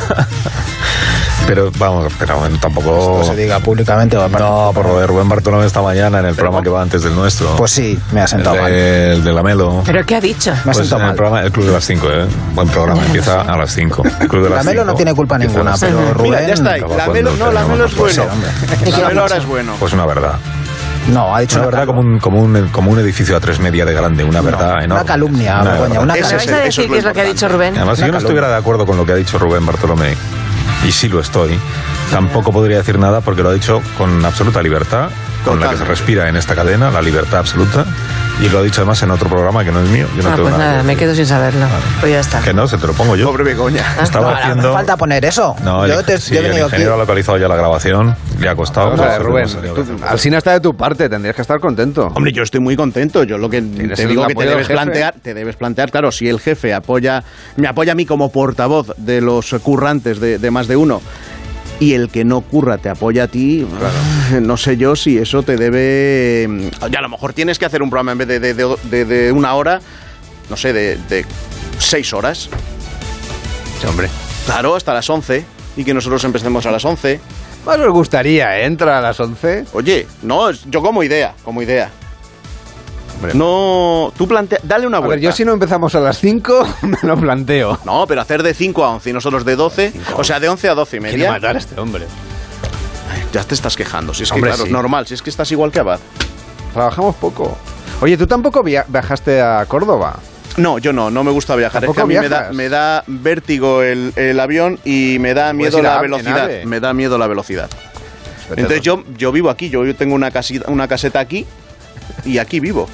Pero vamos, pero bueno, tampoco... Esto se diga públicamente. Va no, por lo de Rubén Bartolomé esta mañana en el programa ¿cómo? Que va antes del nuestro. Pues sí, me ha sentado el de, mal. El de Lamelo. ¿Pero qué ha dicho? Me ha pues sentado en el mal. programa, el Club de las cinco, ¿eh? Buen programa, empieza a las cinco. El Club de las Lamelo cinco. no tiene culpa ninguna, pero Rubén... Mira, ya está ahí. Lamelo, no, Lamelo es bueno. Lamelo ahora es bueno. Pues una verdad. No, ha dicho una verdad como un, como, un, como un edificio a tres media de grande, una verdad no, enorme. Una calumnia, una Begoña, una calumnia. ¿Vais a decir qué es lo que ha dicho Rubén? Además, si yo no estuviera de acuerdo con lo que ha dicho Rubén Bartolomé, y sí lo estoy, tampoco podría decir nada porque lo ha dicho con absoluta libertad, con Total. La que se respira en esta cadena, la libertad absoluta, y lo ha dicho además en otro programa que no es mío. Yo no ah, tengo pues nada nada, me quedo sin saberlo. Vale. Pues ya está. Que no, se te lo pongo yo. Pobre Begoña. Estaba no, haciendo... no falta poner eso. No, yo el, te, sí, yo he venido el ingeniero aquí. ha localizado ya la grabación, le ha costado. Vamos a ver, Rubén, tú, Alsina está de tu parte, tendrías que estar contento. Hombre, yo estoy muy contento. Yo lo que te digo que te debes plantear, te debes plantear, claro, si el jefe apoya, me apoya a mí como portavoz de los currantes de, de Más de Uno, y el que no curra te apoya a ti, claro. No sé yo si eso te debe... Ya, a lo mejor tienes que hacer un programa en vez de, de, de, de, de una hora, no sé, de, de seis horas. Sí, hombre. Claro, hasta las once, y que nosotros empecemos a las once. Más os gustaría, ¿eh? Entra a las once. Oye, no, yo como idea, como idea. Hombre. No, tú plantea, dale una vuelta. A ver, yo si no empezamos a las cinco, me lo planteo. No, pero hacer de cinco a once y nosotros de doce, o sea, de once a doce y media. Quiere matar a este hombre. Ay, ya te estás quejando, si es que hombre, claro, sí. Es normal, si es que estás igual que Abad. Trabajamos poco. Oye, ¿tú tampoco via- viajaste a Córdoba? No, yo no, no me gusta viajar. Es que a mí me da, me da vértigo el, el avión y me da miedo la velocidad. Me da miedo la velocidad. Entonces yo, yo vivo aquí, yo, yo tengo una, casita, una caseta aquí y aquí vivo.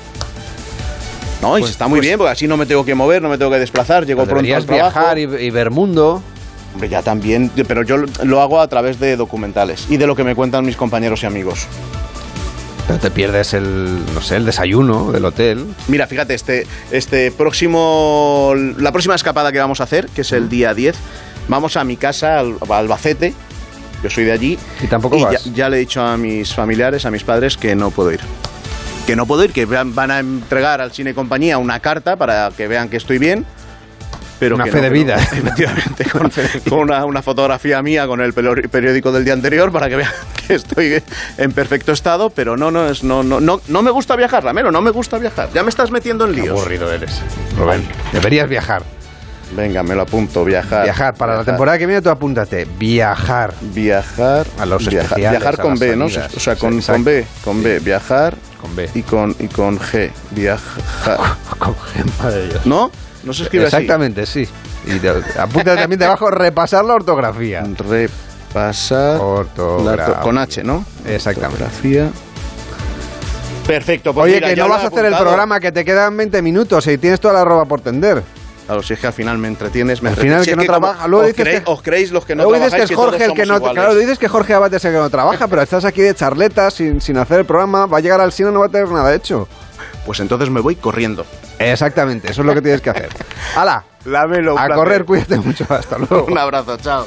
No, y pues, está muy pues, bien, porque así no me tengo que mover, no me tengo que desplazar, llego pues pronto al trabajo. Viajar y, y ver mundo. Hombre, ya también, pero yo lo hago a través de documentales y de lo que me cuentan mis compañeros y amigos. Pero te pierdes el, no sé, el desayuno del hotel. Mira, fíjate, este, este próximo, la próxima escapada que vamos a hacer, que es el día diez, vamos a mi casa, al, a Albacete. Yo soy de allí. Y tampoco y vas. Ya, ya le he dicho a mis familiares, a mis padres, que no puedo ir. Que no puedo ir, que van a entregar al Cine Compañía una carta para que vean que estoy bien. Pero una que fe no, de vida. No, efectivamente, con, con una, una fotografía mía con el periódico del día anterior para que vean que estoy en perfecto estado, pero no, no, es, no, no, no, no me gusta viajar, Lamelo, no me gusta viajar. Ya me estás metiendo en líos. Qué aburrido eres, Rubén. Deberías viajar. Venga, me lo apunto, viajar. Viajar, para viajar. La temporada que viene tú apúntate, viajar. Viajar. A los viajar, especiales, viajar con B, ¿no? O sea, con, con B, con B, viajar con B. Y con, y con G, viajar. Con G, madre de Dios. ¿No? No se escribe Exactamente, así. sí. Y de, apunta también debajo, repasar la ortografía. Repasar ortografía. Con H, ¿no? Exactamente. Ortografía. Perfecto. Pues Oye, mira, que ya no lo vas he a hacer el apuntado. programa, que te quedan veinte minutos y tienes toda la ropa por tender. Claro, si es que al final me entretienes, me Al final si que es no como trabaja. Luego os, dices creéis, que, os creéis los que no luego dices que trabajáis es Jorge el que no. iguales. Claro, dices que Jorge Abad es el que no trabaja, pero estás aquí de charleta sin, sin hacer el programa. Va a llegar al cine y no va a tener nada hecho. Pues entonces me voy corriendo. Exactamente, eso es lo que tienes que hacer. ¡Hala! Lámelo, un a placer. correr, cuídate mucho. Hasta luego. Un abrazo, chao.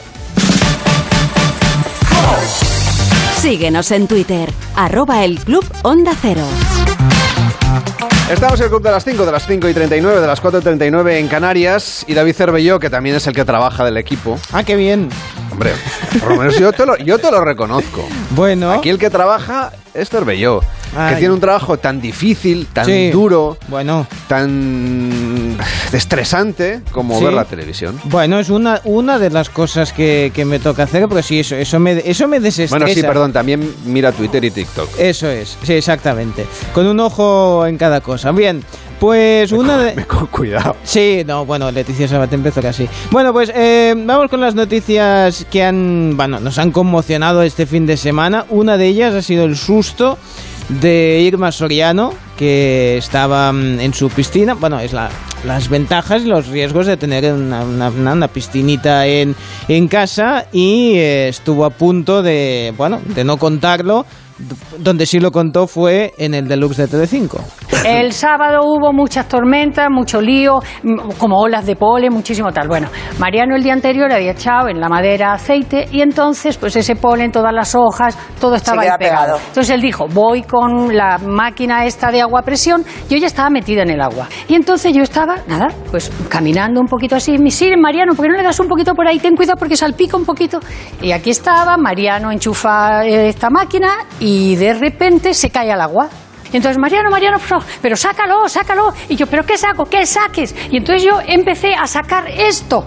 Síguenos en Twitter, arroba el Club Onda Cero. Estamos en el Club de las cinco, de las cinco y treinta y nueve, de las cuatro y treinta y nueve en Canarias. Y David Cervelló, que también es el que trabaja del equipo. Ah, qué bien. Hombre, por lo menos yo te lo, yo te lo reconozco. Bueno. Aquí el que trabaja es Cervelló, Ay. que tiene un trabajo tan difícil, tan Sí. duro, Bueno. tan estresante como Sí. ver la televisión. Bueno, es una, una de las cosas que, que me toca hacer, pero sí, eso, eso, me, eso me desestresa. Bueno, sí, perdón, también mira Twitter y TikTok. Eso es, sí, exactamente. Con un ojo en cada cosa. Bien, pues una de... Con cuidado. Sí, no, bueno, Leticia Sabaté empezó casi. Bueno, pues eh, vamos con las noticias que han, bueno, nos han conmocionado este fin de semana. Una de ellas ha sido el susto de Irma Soriano, que estaba mm, en su piscina. Bueno, es la, las ventajas y los riesgos de tener una, una, una piscinita en, en casa, y eh, estuvo a punto de, bueno, de no contarlo. Donde sí lo contó fue en el Deluxe de Telecinco. El sábado hubo muchas tormentas, mucho lío, m- como olas de polen, muchísimo tal. Bueno, Mariano el día anterior había echado en la madera aceite y entonces pues ese polen, todas las hojas, todo estaba Se queda ahí pegado. pegado. Entonces él dijo, voy con la máquina esta de agua a presión. Yo ya estaba metida en el agua. Y entonces yo estaba, nada, pues caminando un poquito así. Me sí, Mariano, ¿por qué no le das un poquito por ahí? Ten cuidado porque salpica un poquito. Y aquí estaba, Mariano enchufa eh, esta máquina y de repente se cae al agua. Y entonces, Mariano, Mariano, por favor, pero sácalo, sácalo. Y yo, ¿pero qué saco? ¿Qué saques? Y entonces yo empecé a sacar esto.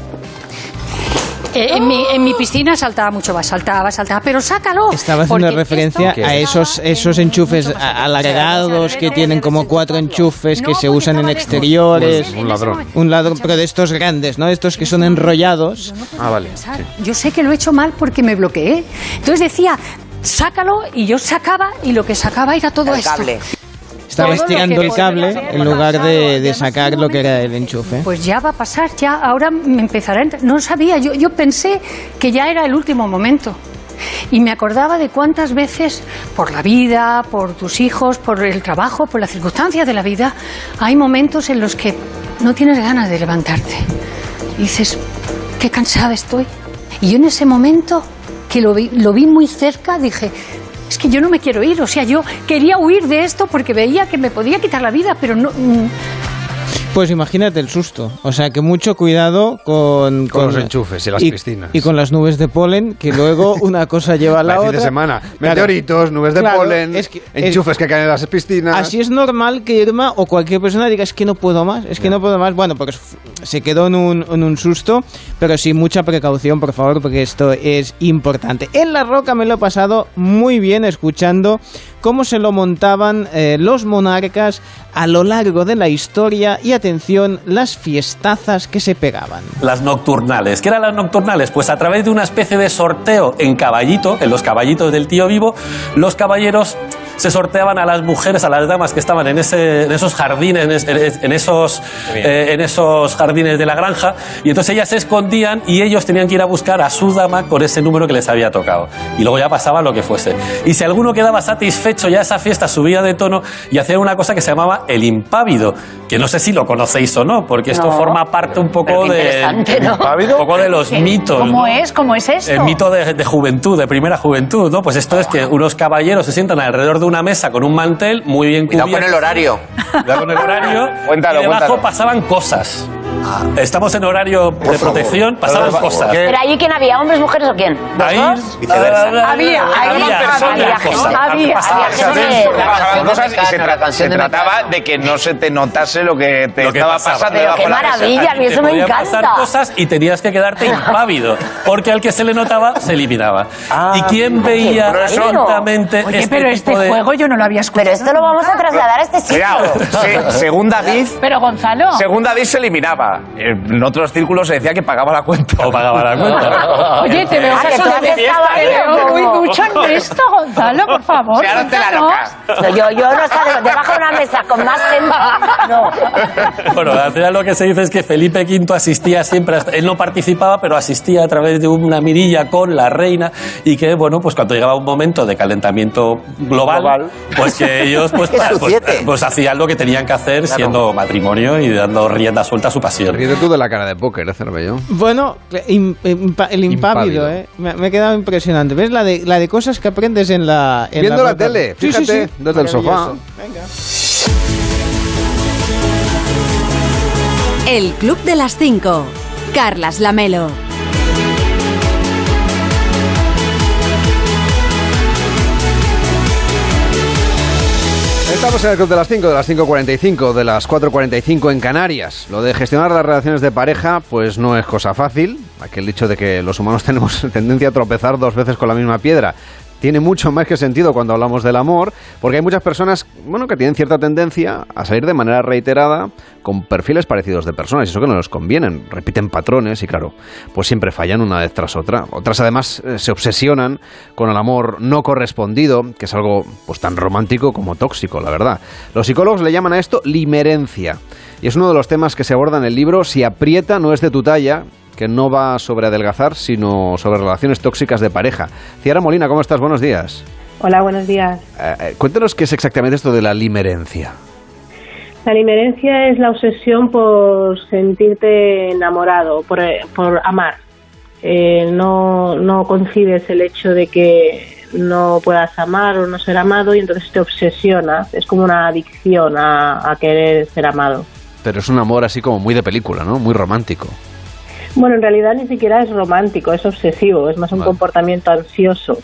Eh, en, mi, en mi piscina saltaba mucho más, saltaba, saltaba, pero sácalo. Estaba haciendo porque referencia esto- a esos, esos enchufes a- alargados que tienen como cuatro enchufes que se usan en exteriores. Un- un ladrón. Un ladrón, pero de estos grandes, ¿no? Estos que son enrollados. Ah, vale. Yo sé que lo he hecho mal porque me bloqueé. Entonces decía, sácalo, y yo sacaba, y lo que sacaba era todo El esto. cable. Estaba Todo lo estirando que el cable podía en lugar de, de sacar lo que era el enchufe. Pues ya va a pasar, ya, ahora me empezará a entrar. No sabía, yo, yo pensé que ya era el último momento. Y me acordaba de cuántas veces, por la vida, por tus hijos, por el trabajo, por las circunstancias de la vida, hay momentos en los que no tienes ganas de levantarte. Y dices, qué cansada estoy. Y yo en ese momento, que lo vi, lo vi muy cerca, dije, es que yo no me quiero ir. O sea, yo quería huir de esto porque veía que me podía quitar la vida, pero no... mm, Pues imagínate el susto. O sea, que mucho cuidado con... Con los enchufes y las piscinas. Y con las nubes de polen, que luego una cosa lleva a la El fin otra. de semana. Claro. Meteoritos, nubes de Claro, polen, es que- enchufes que caen en las piscinas. Así es normal que Irma o cualquier persona diga, es que no puedo más, es que no puedo más. Bueno, pues f- se quedó en un, en un susto, pero sí, mucha precaución, por favor, porque esto es importante. En La Roca me lo he pasado muy bien escuchando cómo se lo montaban eh, los monarcas a lo largo de la historia y, atención, las fiestazas que se pegaban. Las nocturnales. ¿Qué eran las nocturnales? Pues a través de una especie de sorteo en caballito, en los caballitos del tío vivo, los caballeros se sorteaban a las mujeres, a las damas que estaban en, ese, en esos jardines, en, es- en esos, eh, en esos jardines de la granja, y entonces ellas se escondían y ellos tenían que ir a buscar a su dama con ese número que les había tocado. Y luego ya pasaba lo que fuese. Y si alguno quedaba satisfecho, ya esa fiesta subía de tono y hacía una cosa que se llamaba el impávido, que no sé si lo conocéis o no, porque esto No. forma parte un Pero poco qué de, interesante, ¿no? un poco de los ¿Qué? mitos. ¿Cómo ¿no? es? ¿Cómo es esto? El mito de, de juventud, de primera juventud, ¿no? Pues esto es que unos caballeros se sientan alrededor de una mesa con un mantel muy bien Cuidado cubierto. con el horario. Cuidado con el horario. Cuéntalo, y debajo cuéntalo. pasaban cosas. Estamos en horario de protección, pasaban cosas. ¿Pero allí quién había? ¿Hombres, mujeres o quién? ¿Los Ahí, dos? viceversa. Había, había, Había, había, había cosas. había, había, Pasaban había cosas. gente. Pasaban cosas y se, tra- se trataba de que no se te notase lo que te Lo que estaba pasaba. pasando Pero debajo qué de la mesa. maravilla, a mí eso Te me podían encanta. pasar cosas y tenías que quedarte impávido, porque al que se le notaba se eliminaba. ¿Y quién veía pero eso- atentamente Oye, este pero tipo este de- juego yo no lo había escuchado. Pero esto lo vamos a trasladar a este sitio. Cuidado, sí, según David, Pero Gonzalo. según David se eliminaba. loca. En otros círculos se decía que pagaba la cuenta. O pagaba la cuenta. Oye, te veo, Ah, que eso tú de haces fiesta, fiesta, te veo muy ¿no? mucho en esto, Gonzalo, por favor. Se harán la cuéntanos. loca. No, yo, yo no salgo debajo de una mesa con más gente. No. Bueno, al final lo que se dice es que Felipe quinto asistía siempre, hasta- él no participaba, pero asistía a través de una mirilla con la reina y que, bueno, pues cuando llegaba un momento de calentamiento global, Global. pues que ellos pues, ¡Qué pues, suciete! pues hacían lo que tenían que hacer siendo matrimonio y dando rienda suelta a su pasión. Ríete tú de la cara de póker, ¿eh, Cervelló? Bueno, im- impa- el impávido, Impávido. ¿eh? Me, me ha quedado impresionante. ¿Ves la de, la de cosas que aprendes en la... En Viendo la roca? tele, Sí, sí, fíjate, sí. desde el sofá. Maravilloso. Venga. El Club de las Cinco. Carlas Lamelo. Estamos en el Club de las cinco, de las cinco cuarenta y cinco, de las cuatro cuarenta y cinco en Canarias. Lo de gestionar las relaciones de pareja, pues no es cosa fácil. Aquel dicho de que los humanos tenemos tendencia a tropezar dos veces con la misma piedra tiene mucho más que sentido cuando hablamos del amor, porque hay muchas personas, bueno, que tienen cierta tendencia a salir de manera reiterada con perfiles parecidos de personas, y eso que no les convienen, repiten patrones y claro, pues siempre fallan una vez tras otra. Otras además eh, se obsesionan con el amor no correspondido, que es algo pues tan romántico como tóxico, la verdad. Los psicólogos le llaman a esto limerencia, y es uno de los temas que se aborda en el libro Si aprieta no es de tu talla, que no va sobre adelgazar, sino sobre relaciones tóxicas de pareja. Ciara Molina, ¿cómo estás? Buenos días. Hola, buenos días. Eh, eh, cuéntanos qué es exactamente esto de la limerencia. La limerencia es la obsesión por sentirte enamorado, por, por amar. Eh, no, no concibes el hecho de que no puedas amar o no ser amado y entonces te obsesionas. Es como una adicción a, a querer ser amado. Pero es un amor así como muy de película, ¿no? Muy romántico. Bueno, en realidad ni siquiera es romántico, es obsesivo, es más un Vale. comportamiento ansioso.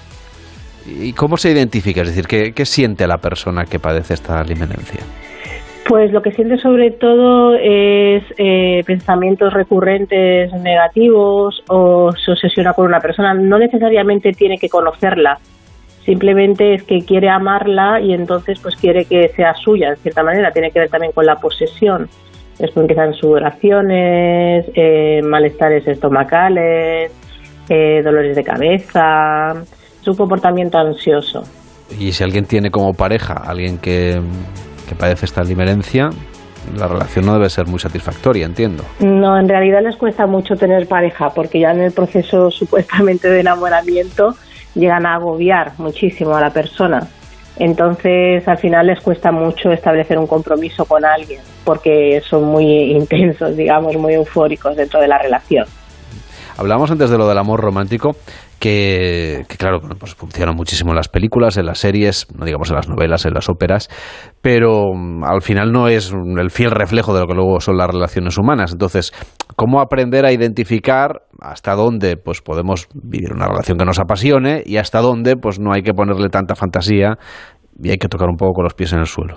¿Y cómo se identifica? Es decir, ¿qué, qué siente la persona que padece esta limerencia? Pues lo que siente sobre todo es eh, pensamientos recurrentes negativos o se obsesiona con una persona. No necesariamente tiene que conocerla, simplemente es que quiere amarla y entonces pues quiere que sea suya, en cierta manera. Tiene que ver también con la posesión. Después empiezan sudoraciones, eh, malestares estomacales, eh, dolores de cabeza. Es un comportamiento ansioso. Y si alguien tiene como pareja a alguien que, que padece esta limerencia, la relación no debe ser muy satisfactoria, entiendo. No, en realidad les cuesta mucho tener pareja porque ya en el proceso supuestamente de enamoramiento llegan a agobiar muchísimo a la persona. Entonces, al final les cuesta mucho establecer un compromiso con alguien porque son muy intensos, digamos, muy eufóricos dentro de la relación. Hablábamos antes de lo del amor romántico, que, que claro, pues funciona muchísimo en las películas, en las series, no digamos en las novelas, en las óperas, pero mm, al final no es el fiel reflejo de lo que luego son las relaciones humanas. Entonces, ¿cómo aprender a identificar hasta dónde pues podemos vivir una relación que nos apasione y hasta dónde pues no hay que ponerle tanta fantasía y hay que tocar un poco con los pies en el suelo?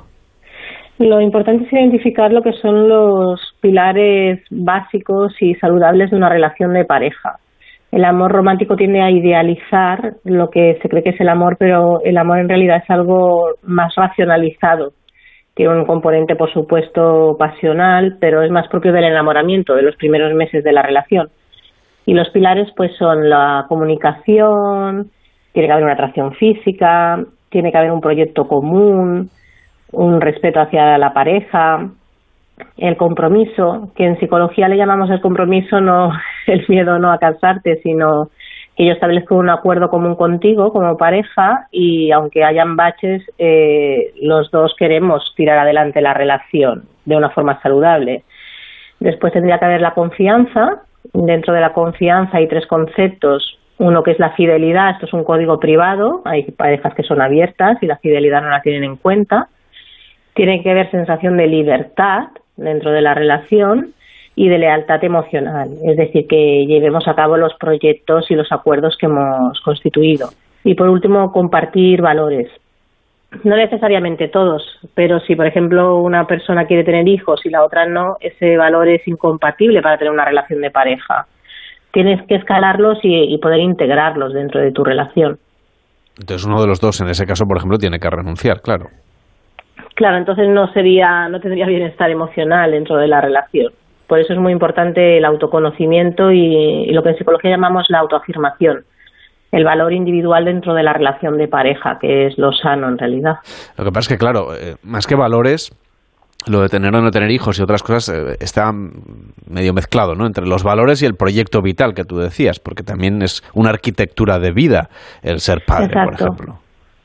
Lo importante es identificar lo que son los pilares básicos y saludables de una relación de pareja. El amor romántico tiende a idealizar lo que se cree que es el amor, pero el amor en realidad es algo más racionalizado. Tiene un componente, por supuesto, pasional, pero es más propio del enamoramiento, de los primeros meses de la relación. Y los pilares pues son la comunicación, tiene que haber una atracción física, tiene que haber un proyecto común, un respeto hacia la pareja, el compromiso, que en psicología le llamamos el compromiso, no el miedo no a casarte, sino que yo establezco un acuerdo común contigo como pareja y aunque hayan baches, eh, los dos queremos tirar adelante la relación de una forma saludable. Después tendría que haber la confianza. Dentro de la confianza hay tres conceptos. Uno que es la fidelidad, esto es un código privado, hay parejas que son abiertas y la fidelidad no la tienen en cuenta. Tiene que haber sensación de libertad dentro de la relación y de lealtad emocional, es decir, que llevemos a cabo los proyectos y los acuerdos que hemos constituido. Y por último, compartir valores. No necesariamente todos, pero si por ejemplo una persona quiere tener hijos y la otra no, ese valor es incompatible para tener una relación de pareja. Tienes que escalarlos y, y poder integrarlos dentro de tu relación. Entonces uno de los dos, en ese caso, por ejemplo, tiene que renunciar, claro. Claro, entonces no sería, no tendría bienestar emocional dentro de la relación. Por eso es muy importante el autoconocimiento y, y lo que en psicología llamamos la autoafirmación, el valor individual dentro de la relación de pareja, que es lo sano en realidad. Lo que pasa es que, claro, eh, más que valores, lo de tener o no tener hijos y otras cosas eh, está medio mezclado, ¿no? Entre los valores y el proyecto vital que tú decías, porque también es una arquitectura de vida el ser padre, Exacto. por ejemplo.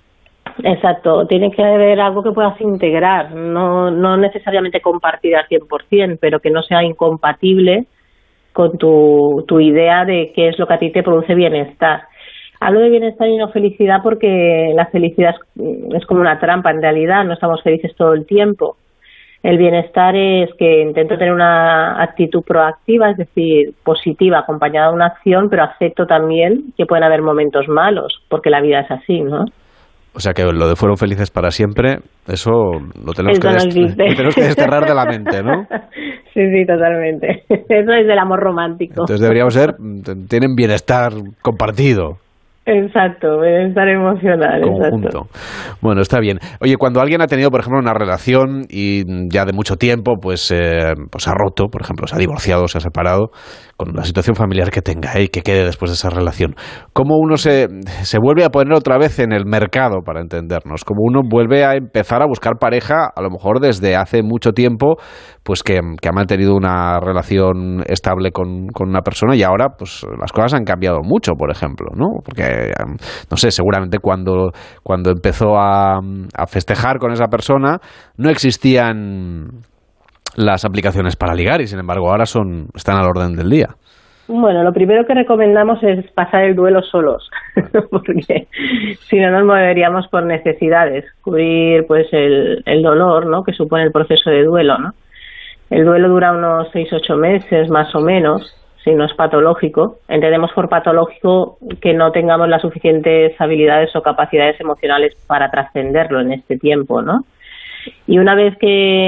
Exacto, tiene que haber algo que puedas integrar, no, no necesariamente compartir al cien por ciento, pero que no sea incompatible con tu, tu idea de qué es lo que a ti te produce bienestar. Hablo de bienestar y no felicidad porque la felicidad es, es como una trampa en realidad, no estamos felices todo el tiempo. El bienestar es que intento tener una actitud proactiva, es decir, positiva, acompañada de una acción, pero acepto también que pueden haber momentos malos, porque la vida es así, ¿no? O sea que lo de fueron felices para siempre, eso lo tenemos, Eso que, no dest- existe. lo tenemos que desterrar de la mente, ¿no? Sí, sí, totalmente. Eso es del amor romántico. Entonces deberíamos ser, tienen bienestar compartido. Exacto, bienestar emocional. Conjunto. Exacto. Bueno, está bien. Oye, cuando alguien ha tenido, por ejemplo, una relación y ya de mucho tiempo, pues, eh, pues ha roto, por ejemplo, se ha divorciado, se ha separado, con la situación familiar que tenga ¿eh? y que quede después de esa relación, ¿cómo uno se, se vuelve a poner otra vez en el mercado, para entendernos? ¿Cómo uno vuelve a empezar a buscar pareja, a lo mejor desde hace mucho tiempo, pues que, que ha mantenido una relación estable con, con una persona y ahora pues las cosas han cambiado mucho, por ejemplo, ¿no? Porque, no sé, seguramente cuando, cuando empezó a, a festejar con esa persona no existían las aplicaciones para ligar y sin embargo ahora son están al orden del día. Bueno, lo primero que recomendamos es pasar el duelo solos, porque si no nos moveríamos por necesidades, cubrir pues el, el dolor, ¿no? Que supone el proceso de duelo, ¿no? El duelo dura unos seis, ocho meses más o menos, si no es patológico. Entendemos por patológico que no tengamos las suficientes habilidades o capacidades emocionales para trascenderlo en este tiempo, ¿no? Y una vez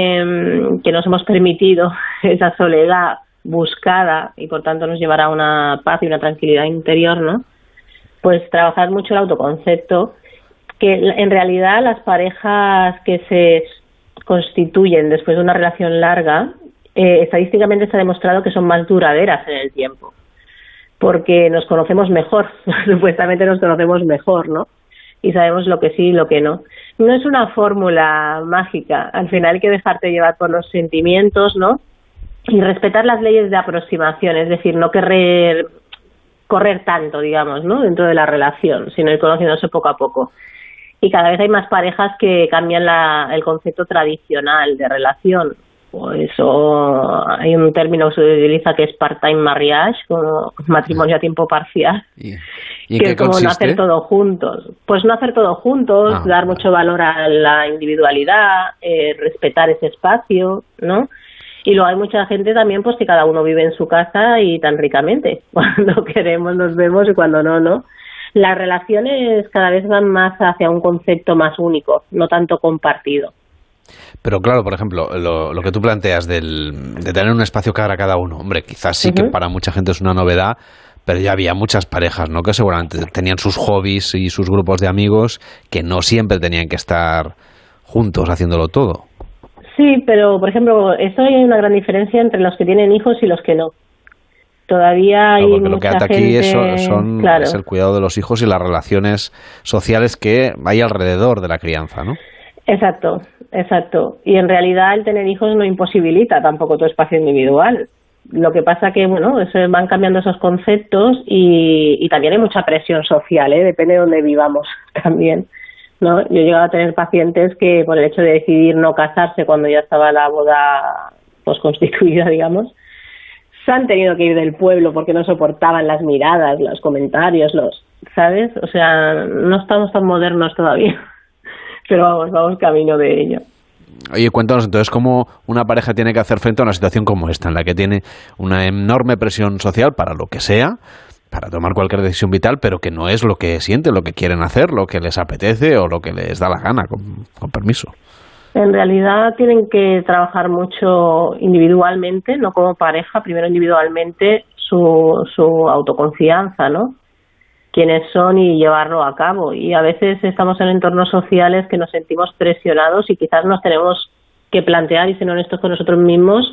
que, que nos hemos permitido esa soledad buscada y por tanto nos llevará a una paz y una tranquilidad interior, ¿no? Pues trabajar mucho el autoconcepto, que en realidad las parejas que se constituyen después de una relación larga, eh, estadísticamente está demostrado que son más duraderas en el tiempo, porque nos conocemos mejor, supuestamente nos conocemos mejor, ¿no? Y sabemos lo que sí y lo que no. No es una fórmula mágica, al final hay que dejarte llevar por los sentimientos, ¿no? Y respetar las leyes de aproximación, es decir, no querer correr tanto, digamos, ¿no? Dentro de la relación, sino ir conociéndose poco a poco. Y cada vez hay más parejas que cambian la, el concepto tradicional de relación. Pues, o hay un término que se utiliza que es part-time marriage, como matrimonio a tiempo parcial. ¿Y, y en que qué es como consiste? no hacer todo juntos. Pues no hacer todo juntos, Ah, dar mucho valor a la individualidad, eh, respetar ese espacio, ¿no? Y luego hay mucha gente también pues que cada uno vive en su casa y tan ricamente. Cuando queremos nos vemos y cuando no, no. Las relaciones cada vez van más hacia un concepto más único, no tanto compartido. Pero claro, por ejemplo, lo, lo que tú planteas del, de tener un espacio para cada uno, hombre, quizás sí que Ujú. para mucha gente es una novedad, pero ya había muchas parejas, ¿no? Que seguramente tenían sus hobbies y sus grupos de amigos que no siempre tenían que estar juntos haciéndolo todo. Sí, pero por ejemplo, esto hay una gran diferencia entre los que tienen hijos y los que no. Todavía hay No, porque lo que mucha ata aquí es, gente, son, claro. es el cuidado de los hijos y las relaciones sociales que hay alrededor de la crianza, ¿no? Exacto, exacto. Y en realidad el tener hijos no imposibilita tampoco tu espacio individual. Lo que pasa que, bueno, se van cambiando esos conceptos y, y también hay mucha presión social, ¿eh? Depende de dónde vivamos también, ¿no? Yo he llegado a tener pacientes que por el hecho de decidir no casarse cuando ya estaba la boda pues constituida, digamos, se han tenido que ir del pueblo porque no soportaban las miradas, los comentarios, los, ¿sabes? O sea, no estamos tan modernos todavía. Pero vamos, vamos camino de ello. Oye, cuéntanos entonces cómo una pareja tiene que hacer frente a una situación como esta, en la que tiene una enorme presión social para lo que sea, para tomar cualquier decisión vital, pero que no es lo que sienten, lo que quieren hacer, lo que les apetece o lo que les da la gana, con, con permiso. En realidad tienen que trabajar mucho individualmente, no como pareja, primero individualmente su, su autoconfianza, ¿no? Quiénes son y llevarlo a cabo. Y a veces estamos en entornos sociales que nos sentimos presionados y quizás nos tenemos que plantear y ser honestos con nosotros mismos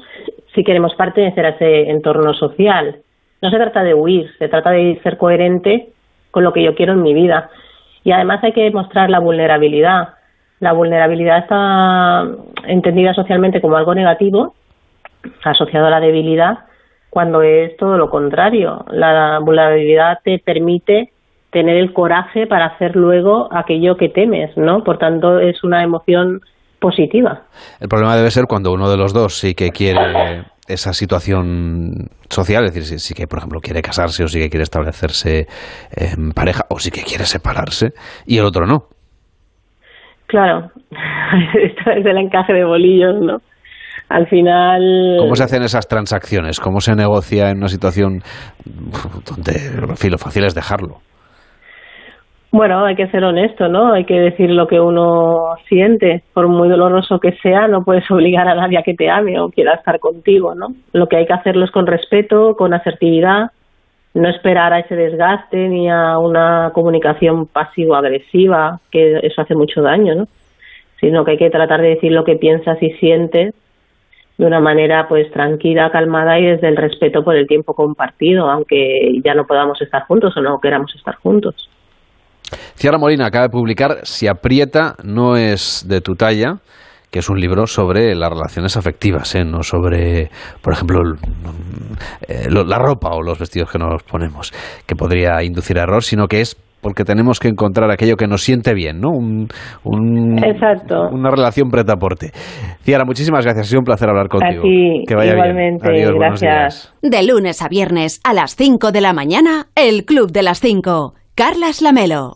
si queremos pertenecer a ese entorno social. No se trata de huir, se trata de ser coherente con lo que yo quiero en mi vida. Y además hay que mostrar la vulnerabilidad. La vulnerabilidad está entendida socialmente como algo negativo, asociado a la debilidad, cuando es todo lo contrario. La vulnerabilidad te permite tener el coraje para hacer luego aquello que temes, ¿no? Por tanto, es una emoción positiva. El problema debe ser cuando uno de los dos sí que quiere esa situación social, es decir, sí que, por ejemplo, quiere casarse o sí que quiere establecerse en pareja o sí que quiere separarse y el otro no. Claro, esto es el encaje de bolillos, ¿no? Al final... ¿Cómo se hacen esas transacciones? ¿Cómo se negocia en una situación donde, en fin, lo fácil es dejarlo? Bueno, hay que ser honesto, ¿no? Hay que decir lo que uno siente. Por muy doloroso que sea, no puedes obligar a nadie a que te ame o quiera estar contigo, ¿no? Lo que hay que hacerlo es con respeto, con asertividad, no esperar a ese desgaste ni a una comunicación pasivo-agresiva, que eso hace mucho daño, ¿no? Sino que hay que tratar de decir lo que piensas y sientes de una manera pues tranquila, calmada y desde el respeto por el tiempo compartido, aunque ya no podamos estar juntos o no queramos estar juntos. Ciara Molina acaba de publicar Si aprieta no es de tu talla, que es un libro sobre las relaciones afectivas, ¿eh? No sobre, por ejemplo, el, eh, la ropa o los vestidos que nos ponemos, que podría inducir a error, sino que es porque tenemos que encontrar aquello que nos siente bien, ¿no? Un, un, Exacto. Una relación preta-porte. Ciara, muchísimas gracias, ha sido un placer hablar contigo. A ti, que vaya igualmente, bien. Adiós, gracias. De lunes a viernes a las cinco de la mañana, El Club de las cinco. Carlas Lamelo.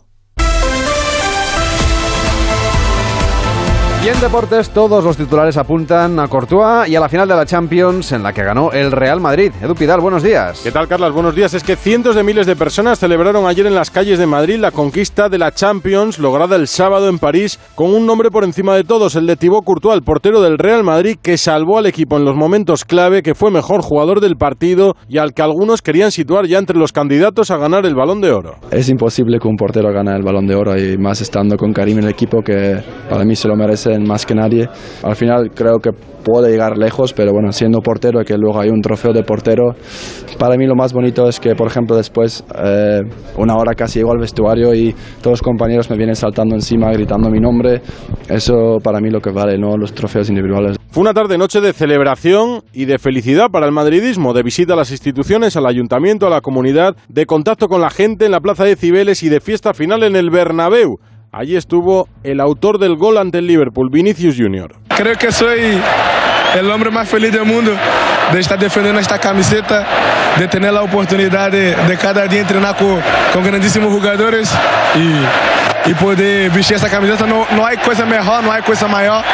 Y en deportes todos los titulares apuntan a Courtois y a la final de la Champions en la que ganó el Real Madrid. Edu Pidal, buenos días. ¿Qué tal, Carlas? Buenos días. Es que cientos de miles de personas celebraron ayer en las calles de Madrid la conquista de la Champions lograda el sábado en París con un nombre por encima de todos, el de Thibaut Courtois, el portero del Real Madrid que salvó al equipo en los momentos clave, que fue mejor jugador del partido y al que algunos querían situar ya entre los candidatos a ganar el Balón de Oro. Es imposible que un portero gane el Balón de Oro y más estando con Karim en el equipo, que para mí se lo merecen más que nadie. Al final creo que puede llegar lejos, pero bueno, siendo portero y que luego hay un trofeo de portero, para mí lo más bonito es que, por ejemplo, después eh, una hora casi llego al vestuario y todos los compañeros me vienen saltando encima, gritando mi nombre. Eso para mí lo que vale, no los trofeos individuales. Fue una tarde-noche de celebración y de felicidad para el madridismo, de visita a las instituciones, al ayuntamiento, a la comunidad, de contacto con la gente en la Plaza de Cibeles y de fiesta final en el Bernabéu. Allí estuvo el autor del gol ante el Liverpool, Vinicius Junior Creo que soy el hombre más feliz del mundo de estar defendiendo esta camiseta, de tener la oportunidad de, de cada día entrenar con, con grandísimos jugadores y, y poder vestir esa camiseta. No, no hay cosa mejor, no hay cosa mayor.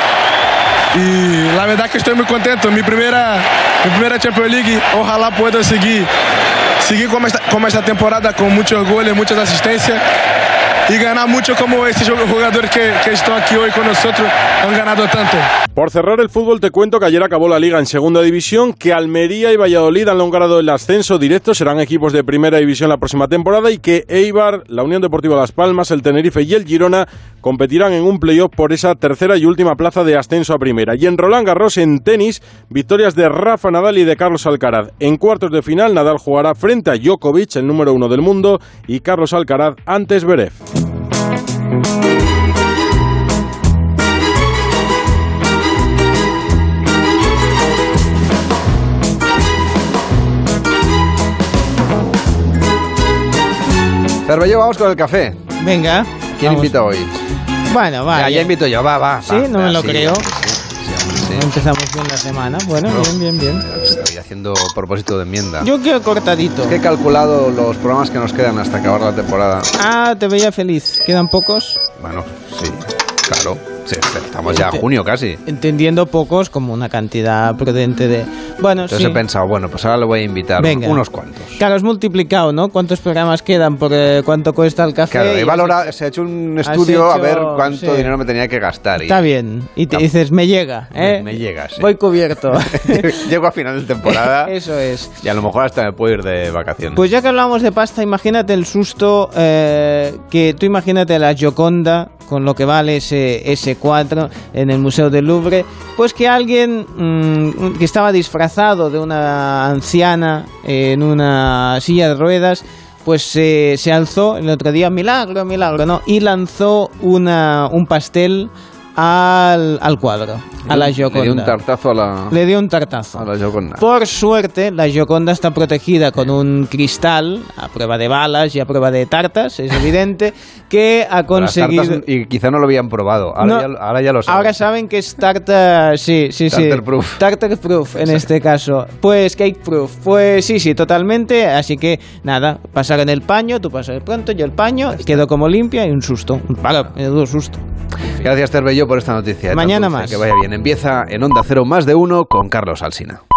Y la verdad que estoy muy contento. Mi primera, mi primera Champions League, ojalá pueda seguir, seguir como esta, como esta temporada con muchos goles, muchas asistencias. Y ganar mucho como estos jugadores que, que están aquí hoy con nosotros han ganado tanto. Por cerrar el fútbol te cuento que ayer acabó la Liga en Segunda División, que Almería y Valladolid han logrado el ascenso directo, serán equipos de Primera División la próxima temporada y que Eibar, la Unión Deportiva Las Palmas, el Tenerife y el Girona competirán en un playoff por esa tercera y última plaza de ascenso a Primera. Y en Roland Garros, en tenis, victorias de Rafa Nadal y de Carlos Alcaraz. En cuartos de final, Nadal jugará frente a Djokovic, el número uno del mundo, y Carlos Alcaraz ante Zverev. Cervello, vamos con el café. Venga. ¿Quién vamos. invita hoy? Bueno, va. Ya, ya invito yo, va, va. Sí, va, no va, me lo sí, creo. Sí, sí, sí, Empezamos bien la semana. Bueno, no, bien, bien, bien. Estoy haciendo propósito de enmienda. Yo quiero cortadito. Es que he calculado los programas que nos quedan hasta acabar la temporada. Ah, te veía feliz. ¿Quedan pocos? Bueno, sí, claro. Sí, estamos ya a junio casi. Entendiendo pocos como una cantidad prudente de... Bueno, Entonces sí. he pensado, bueno, pues ahora le voy a invitar Venga. unos cuantos. Claro, es multiplicado, ¿no? ¿Cuántos programas quedan por eh, cuánto cuesta el café? Claro, y valora, se ha hecho un estudio hecho, a ver cuánto sí. dinero me tenía que gastar. Y, Está bien. Y te dices, me llega, ¿eh? Me, me llega, sí. Voy cubierto. Llego a final de temporada. Eso es. Y a lo mejor hasta me puedo ir de vacaciones. Pues ya que hablamos de pasta, imagínate el susto eh, que tú imagínate la Gioconda con lo que vale ese ese cuadro en el Museo del Louvre, pues que alguien mmm, que estaba disfrazado de una anciana en una silla de ruedas, pues eh, se alzó el otro día, milagro, milagro, ¿no? Y lanzó una, un pastel al, al cuadro, a la Gioconda. Le dio un tartazo a la... Le dio un tartazo. A la Gioconda. Por suerte, la Gioconda está protegida con un cristal, a prueba de balas y a prueba de tartas, es evidente, que ha conseguido... Las tartas, y quizá no lo habían probado, ahora, no, ya, ahora ya lo saben. Ahora saben que es tarta... Sí, sí, sí. Tartar proof. Tartar proof, en este caso. Pues cake proof. Pues sí, sí, totalmente. Así que, nada, pasaron el paño, tú pasas el pronto, yo el paño, quedó como limpia y un susto. Un palo, me dio susto. Gracias, Terbello, por esta noticia. Mañana más. Que vaya bien. Empieza en Onda Cero más de uno con Carlos Alsina.